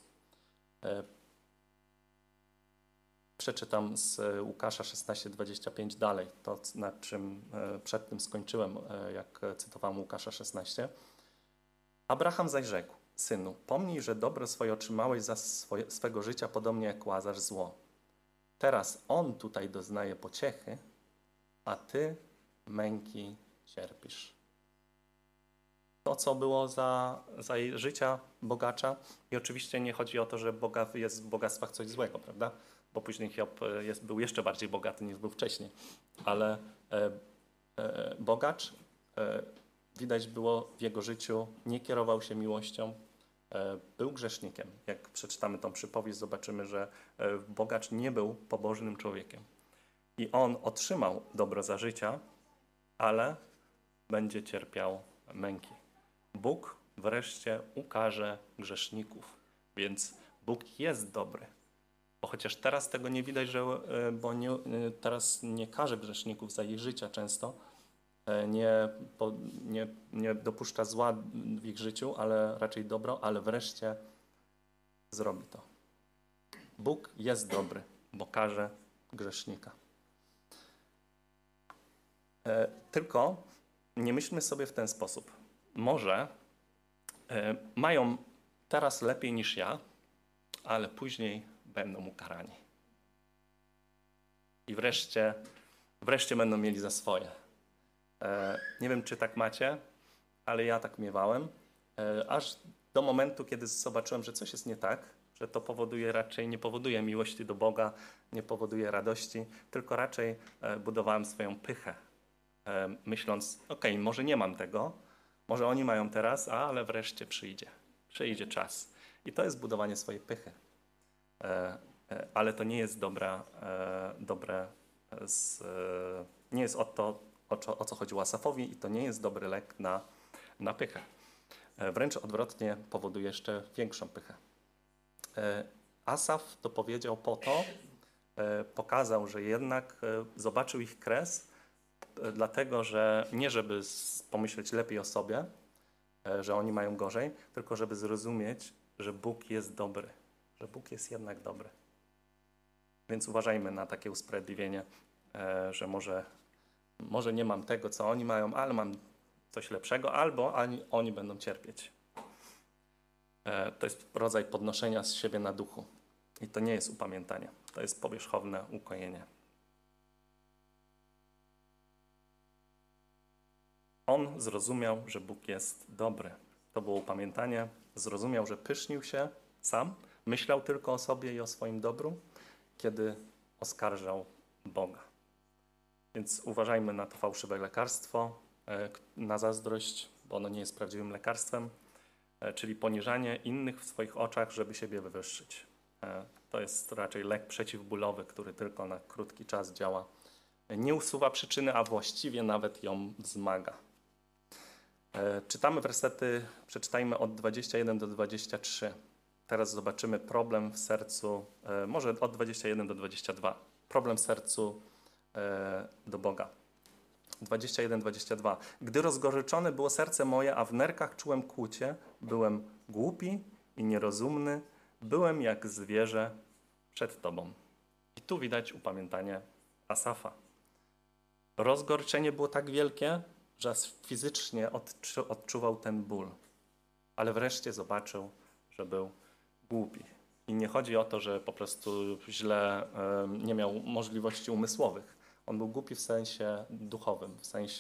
Przeczytam z Łukasza 16:25 dalej, to nad czym przed tym skończyłem, jak cytowałem Łukasza 16. Abraham zaś rzekł, synu, pomnij, że dobro swoje otrzymałeś za swego życia, podobnie jak Łazarz zło. Teraz on tutaj doznaje pociechy, a ty męki cierpisz. To, co było za jej życia bogacza, i oczywiście nie chodzi o to, że jest w bogactwach coś złego, prawda? Bo później Hiob był jeszcze bardziej bogaty niż był wcześniej. Ale bogacz, widać było w jego życiu, nie kierował się miłością, był grzesznikiem. Jak przeczytamy tą przypowieść, zobaczymy, że bogacz nie był pobożnym człowiekiem. I on otrzymał dobro za życia, ale będzie cierpiał męki. Bóg wreszcie ukarze grzeszników, więc Bóg jest dobry. Bo chociaż teraz tego nie widać, teraz nie karze grzeszników za ich życia często, nie dopuszcza zła w ich życiu, ale raczej dobro, ale wreszcie zrobi to. Bóg jest dobry, bo karze grzesznika. Tylko nie myślmy sobie w ten sposób. Może mają teraz lepiej niż ja, ale później będą ukarani. I wreszcie będą mieli za swoje. Nie wiem, czy tak macie, ale ja tak miewałem. Aż do momentu, kiedy zobaczyłem, że coś jest nie tak, że to nie powoduje miłości do Boga, nie powoduje radości, tylko raczej budowałem swoją pychę. Myśląc, może nie mam tego, może oni mają teraz, ale wreszcie przyjdzie czas. I to jest budowanie swojej pychy. Ale to nie jest nie jest o co chodziło Asafowi i to nie jest dobry lek na pychę. Wręcz odwrotnie powoduje jeszcze większą pychę. Asaf to powiedział po to, pokazał, że jednak zobaczył ich kres, dlatego że nie żeby pomyśleć lepiej o sobie, że oni mają gorzej, tylko żeby zrozumieć, że Bóg jest dobry, że Bóg jest jednak dobry. Więc uważajmy na takie usprawiedliwienie, że może nie mam tego, co oni mają, ale mam coś lepszego, albo oni będą cierpieć. To jest rodzaj podnoszenia z siebie na duchu. I to nie jest upamiętanie, to jest powierzchowne ukojenie. On zrozumiał, że Bóg jest dobry. To było upamiętanie. Zrozumiał, że pysznił się sam, myślał tylko o sobie i o swoim dobru, kiedy oskarżał Boga. Więc uważajmy na to fałszywe lekarstwo, na zazdrość, bo ono nie jest prawdziwym lekarstwem, czyli poniżanie innych w swoich oczach, żeby siebie wywyższyć. To jest raczej lek przeciwbólowy, który tylko na krótki czas działa. Nie usuwa przyczyny, a właściwie nawet ją wzmaga. Czytamy wersety, przeczytajmy od 21 do 23. Teraz zobaczymy problem w sercu, może od 21 do 22. Problem w sercu do Boga. 21-22. Gdy rozgoryczone było serce moje, a w nerkach czułem kłucie, byłem głupi i nierozumny, byłem jak zwierzę przed Tobą. I tu widać upamiętanie Asafa. Rozgoryczenie było tak wielkie, że fizycznie odczuwał ten ból. Ale wreszcie zobaczył, że był głupi. I nie chodzi o to, że po prostu nie miał możliwości umysłowych. On był głupi w sensie duchowym,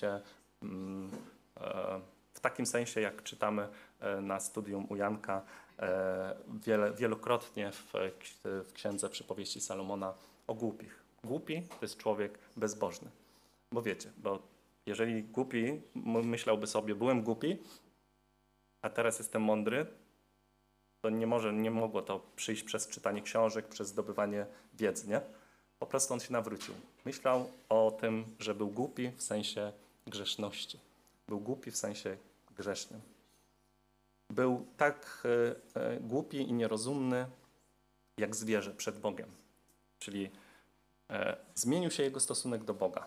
w takim sensie, jak czytamy na studium u Janka, wielokrotnie w Księdze Przypowieści Salomona o głupich. Głupi to jest człowiek bezbożny. Bo wiecie, jeżeli głupi myślałby sobie, byłem głupi, a teraz jestem mądry, to nie mogło to przyjść przez czytanie książek, przez zdobywanie wiedzy, nie? Po prostu on się nawrócił. Myślał o tym, że był głupi w sensie grzeszności. Był głupi w sensie grzesznym. Był tak głupi i nierozumny, jak zwierzę przed Bogiem. Czyli zmienił się jego stosunek do Boga.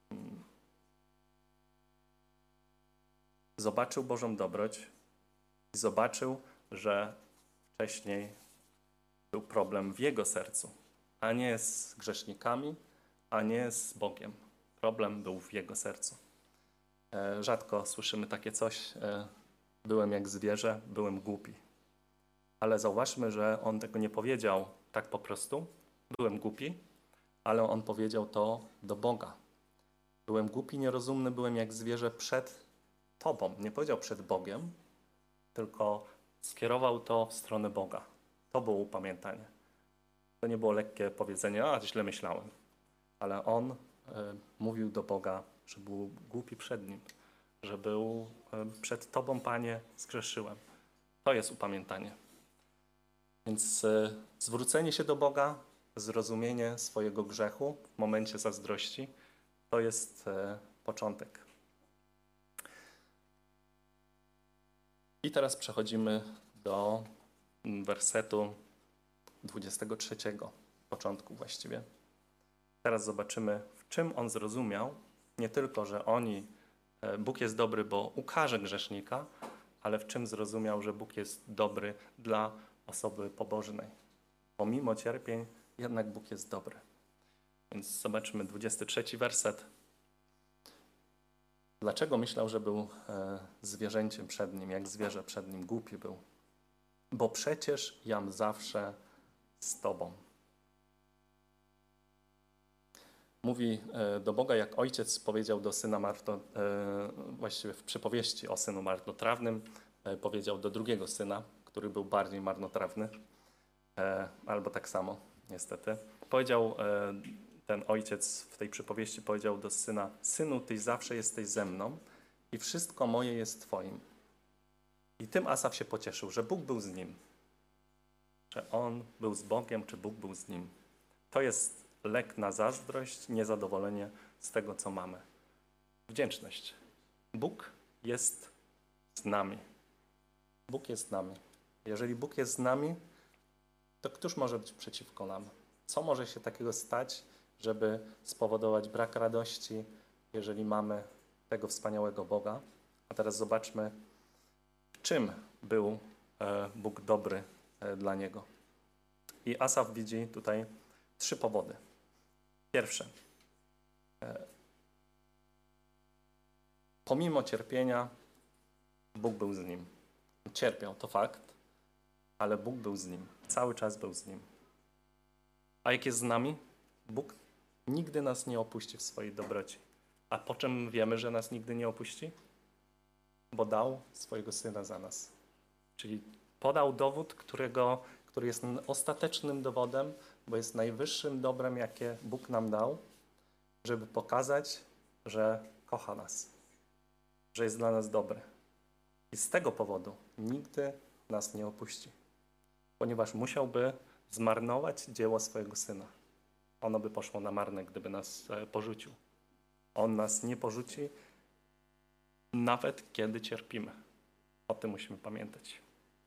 Zobaczył Bożą dobroć i zobaczył, że wcześniej był problem w jego sercu, a nie z grzesznikami, a nie z Bogiem. Problem był w jego sercu. Rzadko słyszymy takie coś, byłem jak zwierzę, byłem głupi. Ale zauważmy, że on tego nie powiedział tak po prostu. Byłem głupi, ale on powiedział to do Boga. Byłem głupi, nierozumny, byłem jak zwierzę przed Tobą. Nie powiedział przed Bogiem, tylko skierował to w stronę Boga. To było upamiętanie. To nie było lekkie powiedzenie, a źle myślałem. Ale on mówił do Boga, że był głupi przed Nim, że był przed Tobą, Panie, zgrzeszyłem. To jest upamiętanie. Więc zwrócenie się do Boga, zrozumienie swojego grzechu w momencie zazdrości, to jest początek. I teraz przechodzimy do wersetu 23, początku właściwie. Teraz zobaczymy, w czym on zrozumiał, nie tylko, że Bóg jest dobry, bo ukarze grzesznika, ale w czym zrozumiał, że Bóg jest dobry dla osoby pobożnej. Pomimo cierpień, jednak Bóg jest dobry. Więc zobaczmy 23 werset. Dlaczego myślał, że był zwierzęciem przed Nim, jak zwierzę przed Nim, głupi był? Bo przecież jam zawsze z Tobą. Mówi do Boga, jak ojciec powiedział do syna właściwie w przypowieści o synu marnotrawnym, powiedział do drugiego syna, który był bardziej marnotrawny, albo tak samo, niestety. Ten ojciec w tej przypowieści powiedział do syna: synu, Tyś zawsze jesteś ze mną i wszystko moje jest Twoim. I tym Asaf się pocieszył, że Bóg był z nim. Że on był z Bogiem, czy Bóg był z nim. To jest lek na zazdrość, niezadowolenie z tego, co mamy. Wdzięczność. Bóg jest z nami. Bóg jest z nami. Jeżeli Bóg jest z nami, to któż może być przeciwko nam? Co może się takiego stać, żeby spowodować brak radości, jeżeli mamy tego wspaniałego Boga? A teraz zobaczmy, w czym był Bóg dobry dla niego. I Asaf widzi tutaj 3 powody. Pierwsze. Pomimo cierpienia Bóg był z nim. Cierpiał, to fakt, ale Bóg był z nim. Cały czas był z nim. A jak jest z nami? Bóg nigdy nas nie opuści w swojej dobroci. A po czym wiemy, że nas nigdy nie opuści? Bo dał swojego Syna za nas. Czyli podał dowód, który jest ostatecznym dowodem, bo jest najwyższym dobrem, jakie Bóg nam dał, żeby pokazać, że kocha nas, że jest dla nas dobry. I z tego powodu nigdy nas nie opuści, ponieważ musiałby zmarnować dzieło swojego Syna. Ono by poszło na marne, gdyby nas porzucił. On nas nie porzuci, nawet kiedy cierpimy. O tym musimy pamiętać.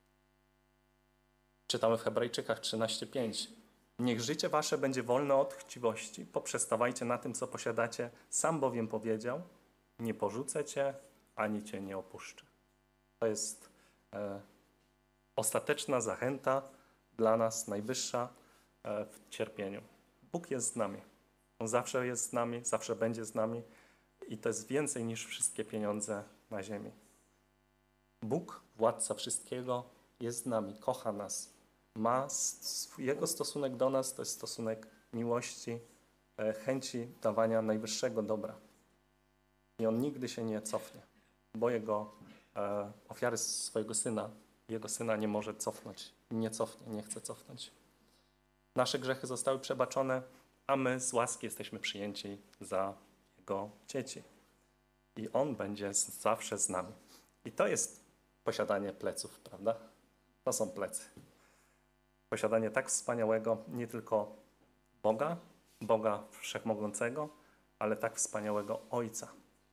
Czytamy w Hebrajczykach 13:5. Niech życie wasze będzie wolne od chciwości, poprzestawajcie na tym, co posiadacie. Sam bowiem powiedział, nie porzucę cię, ani cię nie opuszczę. To jest ostateczna zachęta dla nas, najwyższa w cierpieniu. Bóg jest z nami. On zawsze jest z nami, zawsze będzie z nami i to jest więcej niż wszystkie pieniądze na ziemi. Bóg, władca wszystkiego, jest z nami, kocha nas. Jego stosunek do nas to jest stosunek miłości, chęci dawania najwyższego dobra. I on nigdy się nie cofnie, bo jego ofiary swojego Syna, jego Syna nie może cofnąć. Nie cofnie, nie chce cofnąć. Nasze grzechy zostały przebaczone, a my z łaski jesteśmy przyjęci za Jego dzieci. I On będzie zawsze z nami. I to jest posiadanie pleców, prawda? To są plecy. Posiadanie tak wspaniałego, nie tylko Boga Wszechmogącego, ale tak wspaniałego Ojca.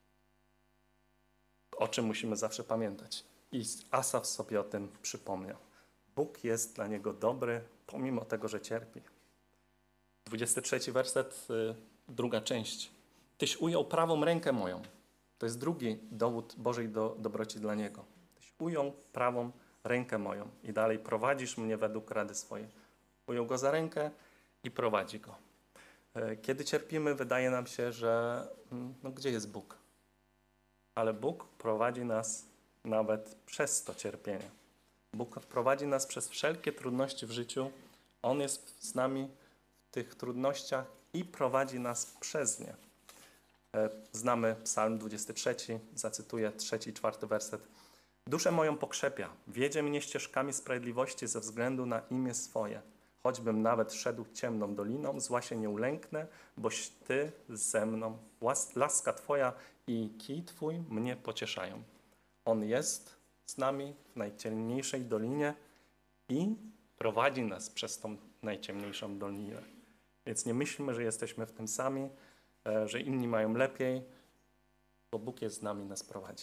O czym musimy zawsze pamiętać. I Asaf sobie o tym przypomniał. Bóg jest dla niego dobry, pomimo tego, że cierpi. 23 werset, druga część. Tyś ujął prawą rękę moją. To jest drugi dowód Bożej dobroci dla niego. Tyś ujął prawą rękę moją i dalej prowadzisz mnie według rady swojej. Ujął go za rękę i prowadzi go. Kiedy cierpimy, wydaje nam się, że gdzie jest Bóg? Ale Bóg prowadzi nas nawet przez to cierpienie. Bóg prowadzi nas przez wszelkie trudności w życiu. On jest z nami w tych trudnościach i prowadzi nas przez nie. Znamy Psalm 23, zacytuję 3 i 4 werset. Duszę moją pokrzepia, wiedzie mnie ścieżkami sprawiedliwości ze względu na imię swoje. Choćbym nawet szedł ciemną doliną, zła się nie ulęknę, boś Ty ze mną. Łaska Twoja i kij Twój mnie pocieszają. On jest z nami w najciemniejszej dolinie i prowadzi nas przez tą najciemniejszą dolinę. Więc nie myślmy, że jesteśmy w tym sami, że inni mają lepiej, bo Bóg jest z nami, nas prowadzi.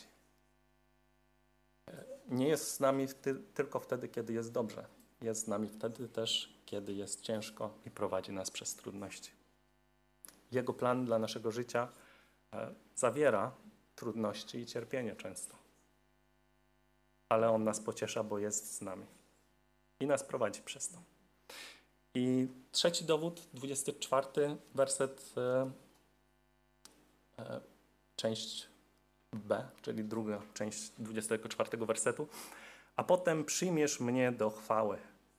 Nie jest z nami tylko wtedy, kiedy jest dobrze. Jest z nami wtedy też, kiedy jest ciężko i prowadzi nas przez trudności. Jego plan dla naszego życia zawiera trudności i cierpienie często. Ale On nas pociesza, bo jest z nami. I nas prowadzi przez to. I trzeci dowód, 24 werset, część B, czyli druga część 24 wersetu. A potem przyjmiesz mnie do chwały.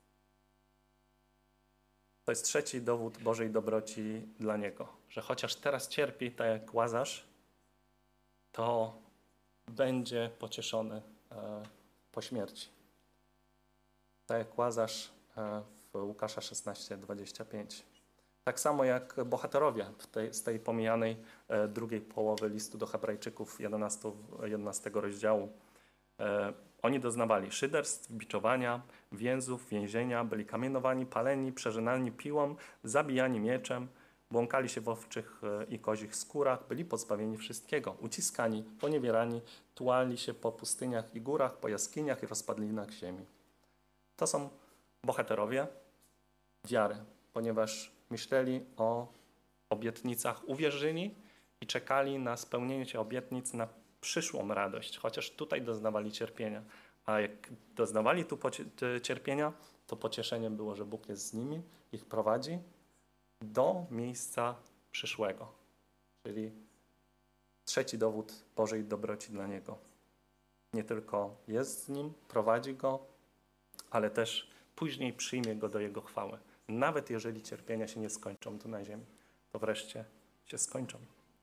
To jest trzeci dowód Bożej dobroci dla Niego. Że chociaż teraz cierpi, tak jak Łazarz, to będzie pocieszony po śmierci. Tak jak Łazarz w Łukasza 16:25. Tak samo jak bohaterowie z tej pomijanej drugiej połowy listu do Hebrajczyków 11 rozdziału. Oni doznawali szyderstw, biczowania, więzów, więzienia, byli kamienowani, paleni, przeżynani piłą, zabijani mieczem, błąkali się w owczych i kozich skórach, byli pozbawieni wszystkiego, uciskani, poniewierani, tułali się po pustyniach i górach, po jaskiniach i rozpadlinach ziemi. To są bohaterowie wiary, ponieważ myśleli o obietnicach, uwierzyli i czekali na spełnienie się obietnic, na przyszłą radość, chociaż tutaj doznawali cierpienia. A jak doznawali tu cierpienia, to pocieszeniem było, że Bóg jest z nimi, ich prowadzi do miejsca przyszłego. Czyli trzeci dowód Bożej dobroci dla Niego. Nie tylko jest z Nim, prowadzi Go, ale też później przyjmie Go do Jego chwały. Nawet jeżeli cierpienia się nie skończą tu na ziemi, to wreszcie się skończą.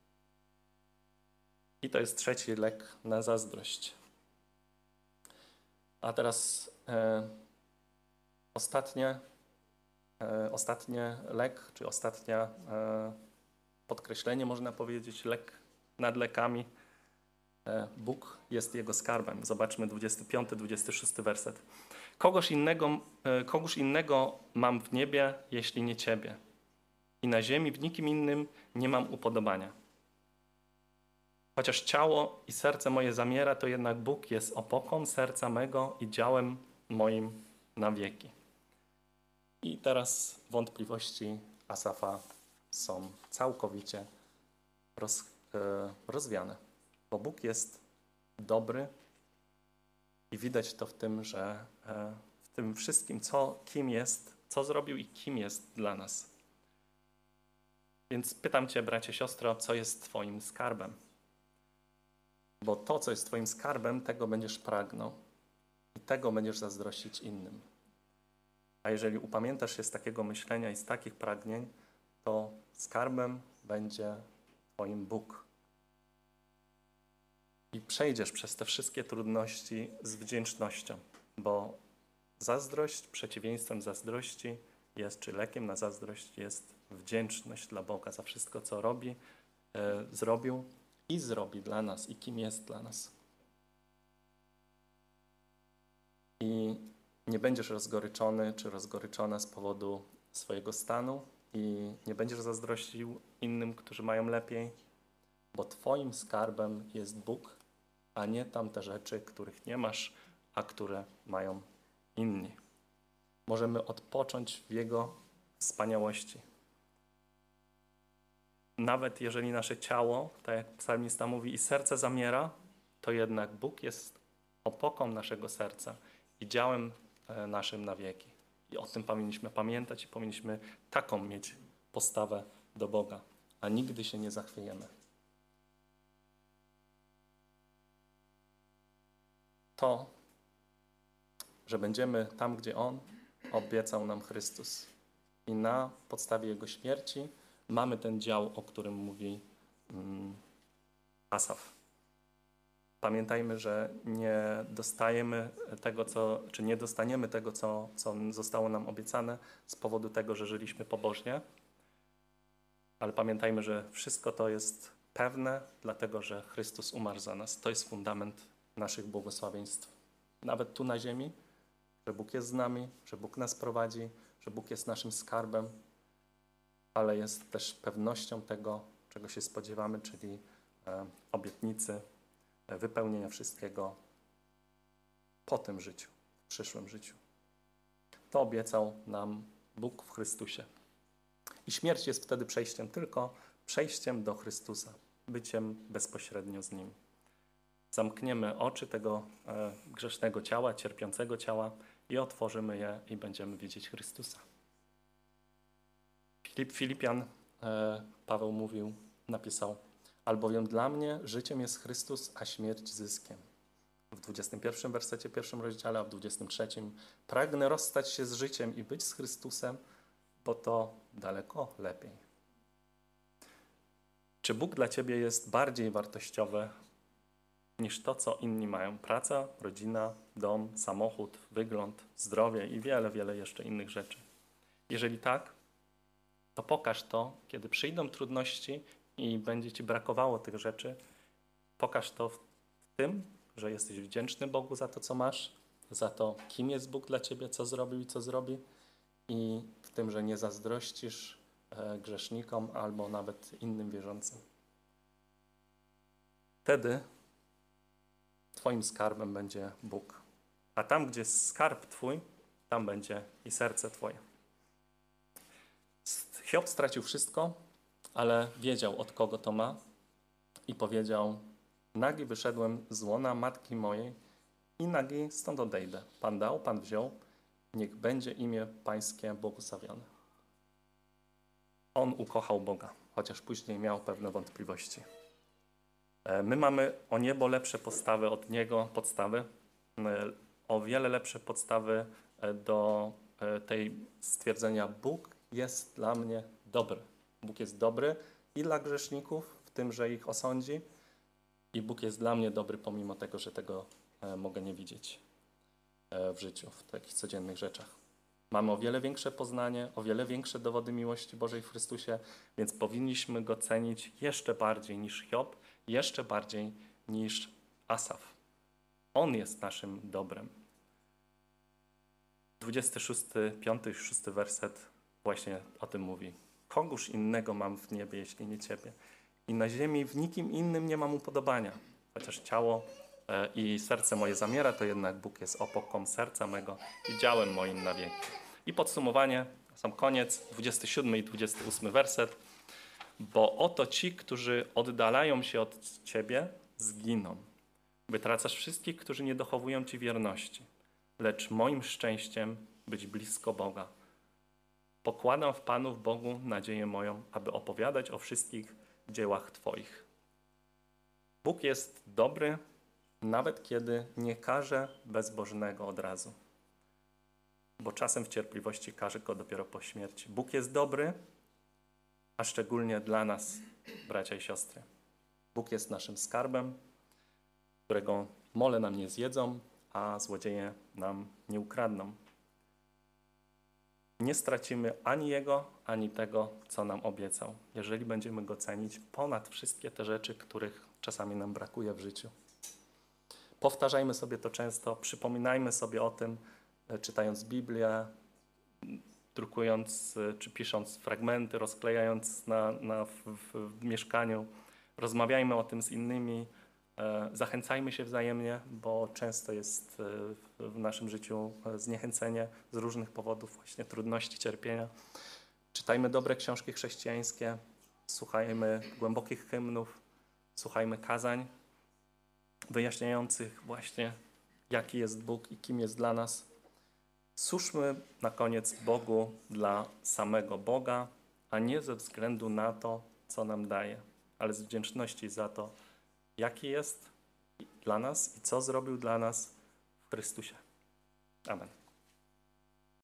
I to jest trzeci lek na zazdrość. A teraz ostatnie lek, czy ostatnie podkreślenie, można powiedzieć, lek nad lekami. Bóg jest jego skarbem. Zobaczmy 25-26 werset. Kogoż innego mam w niebie, jeśli nie Ciebie. I na ziemi w nikim innym nie mam upodobania. Chociaż ciało i serce moje zamiera, to jednak Bóg jest opoką serca mego i działem moim na wieki. I teraz wątpliwości Asafa są całkowicie rozwiane. Bo Bóg jest dobry i widać to w tym, że w tym wszystkim, kim jest, co zrobił i kim jest dla nas. Więc pytam Cię, bracie, siostro, co jest Twoim skarbem? Bo to, co jest Twoim skarbem, tego będziesz pragnął i tego będziesz zazdrościć innym. A jeżeli upamiętasz się z takiego myślenia i z takich pragnień, to skarbem będzie Twoim Bóg. I przejdziesz przez te wszystkie trudności z wdzięcznością, bo zazdrość, przeciwieństwem zazdrości jest, czy lekiem na zazdrość jest wdzięczność dla Boga za wszystko, co robi, zrobił i zrobi dla nas i kim jest dla nas. I nie będziesz rozgoryczony czy rozgoryczona z powodu swojego stanu i nie będziesz zazdrościł innym, którzy mają lepiej, bo Twoim skarbem jest Bóg, a nie tamte rzeczy, których nie masz, a które mają inni. Możemy odpocząć w Jego wspaniałości. Nawet jeżeli nasze ciało, tak jak psalmista mówi, i serce zamiera, to jednak Bóg jest opoką naszego serca i działem naszym na wieki. I o tym powinniśmy pamiętać i powinniśmy taką mieć postawę do Boga, a nigdy się nie zachwiejemy. To że będziemy tam, gdzie On obiecał nam Chrystus. I na podstawie Jego śmierci mamy ten dział, o którym mówi Asaf. Pamiętajmy, że nie dostajemy tego, czy nie dostaniemy tego, co zostało nam obiecane z powodu tego, że żyliśmy pobożnie, ale pamiętajmy, że wszystko to jest pewne, dlatego że Chrystus umarł za nas. To jest fundament naszych błogosławieństw. Nawet tu na ziemi, że Bóg jest z nami, że Bóg nas prowadzi, że Bóg jest naszym skarbem, ale jest też pewnością tego, czego się spodziewamy, czyli obietnicy, wypełnienia wszystkiego po tym życiu, w przyszłym życiu. To obiecał nam Bóg w Chrystusie. I śmierć jest wtedy przejściem tylko przejściem do Chrystusa, byciem bezpośrednio z Nim. Zamkniemy oczy tego grzesznego ciała, cierpiącego ciała i otworzymy je i będziemy widzieć Chrystusa. Filipian Paweł napisał: albowiem dla mnie życiem jest Chrystus, a śmierć zyskiem. W 21 wersecie, 1 rozdziale, a w 23: pragnę rozstać się z życiem i być z Chrystusem, bo to daleko lepiej. Czy Bóg dla ciebie jest bardziej wartościowy niż to, co inni mają? Praca, rodzina, dom, samochód, wygląd, zdrowie i wiele, wiele jeszcze innych rzeczy. Jeżeli tak, to pokaż to, kiedy przyjdą trudności i będzie ci brakowało tych rzeczy. Pokaż to w tym, że jesteś wdzięczny Bogu za to, co masz, za to, kim jest Bóg dla ciebie, co zrobił i co zrobi, i w tym, że nie zazdrościsz grzesznikom albo nawet innym wierzącym. Wtedy twoim skarbem będzie Bóg. A tam, gdzie jest skarb twój, tam będzie i serce twoje. Hiob stracił wszystko, ale wiedział, od kogo to ma, i powiedział: nagi wyszedłem z łona matki mojej i nagi stąd odejdę. Pan dał, Pan wziął, niech będzie imię Pańskie błogosławione. On ukochał Boga, chociaż później miał pewne wątpliwości. My mamy o niebo lepsze podstawy od Niego, o wiele lepsze podstawy do tej stwierdzenia: Bóg jest dla mnie dobry. Bóg jest dobry i dla grzeszników, w tym, że ich osądzi, i Bóg jest dla mnie dobry pomimo tego, że tego mogę nie widzieć w życiu, w takich codziennych rzeczach. Mamy o wiele większe poznanie, o wiele większe dowody miłości Bożej w Chrystusie, więc powinniśmy Go cenić jeszcze bardziej niż Hiob, jeszcze bardziej niż Asaf. On jest naszym dobrem. 26, 5 i 6 werset właśnie o tym mówi. Kogóż innego mam w niebie, jeśli nie Ciebie? I na ziemi w nikim innym nie mam upodobania. Chociaż ciało i serce moje zamiera, to jednak Bóg jest opoką serca mego i działem moim na wieki. I podsumowanie, sam koniec, 27 i 28 werset. Bo oto ci, którzy oddalają się od Ciebie, zginą. Wytracasz wszystkich, którzy nie dochowują Ci wierności. Lecz moim szczęściem być blisko Boga. Pokładam w Panu, w Bogu, nadzieję moją, aby opowiadać o wszystkich dziełach Twoich. Bóg jest dobry, nawet kiedy nie karze bezbożnego od razu. Bo czasem w cierpliwości karze go dopiero po śmierci. Bóg jest dobry, a szczególnie dla nas, bracia i siostry. Bóg jest naszym skarbem, którego mole nam nie zjedzą, a złodzieje nam nie ukradną. Nie stracimy ani Jego, ani tego, co nam obiecał, jeżeli będziemy Go cenić ponad wszystkie te rzeczy, których czasami nam brakuje w życiu. Powtarzajmy sobie to często, przypominajmy sobie o tym, czytając Biblię, drukując czy pisząc fragmenty, rozklejając w mieszkaniu. Rozmawiajmy o tym z innymi, zachęcajmy się wzajemnie, bo często jest w naszym życiu zniechęcenie z różnych powodów, właśnie trudności, cierpienia. Czytajmy dobre książki chrześcijańskie, słuchajmy głębokich hymnów, słuchajmy kazań wyjaśniających właśnie, jaki jest Bóg i kim jest dla nas. Służmy na koniec Bogu dla samego Boga, a nie ze względu na to, co nam daje, ale z wdzięczności za to, jaki jest dla nas i co zrobił dla nas w Chrystusie. Amen.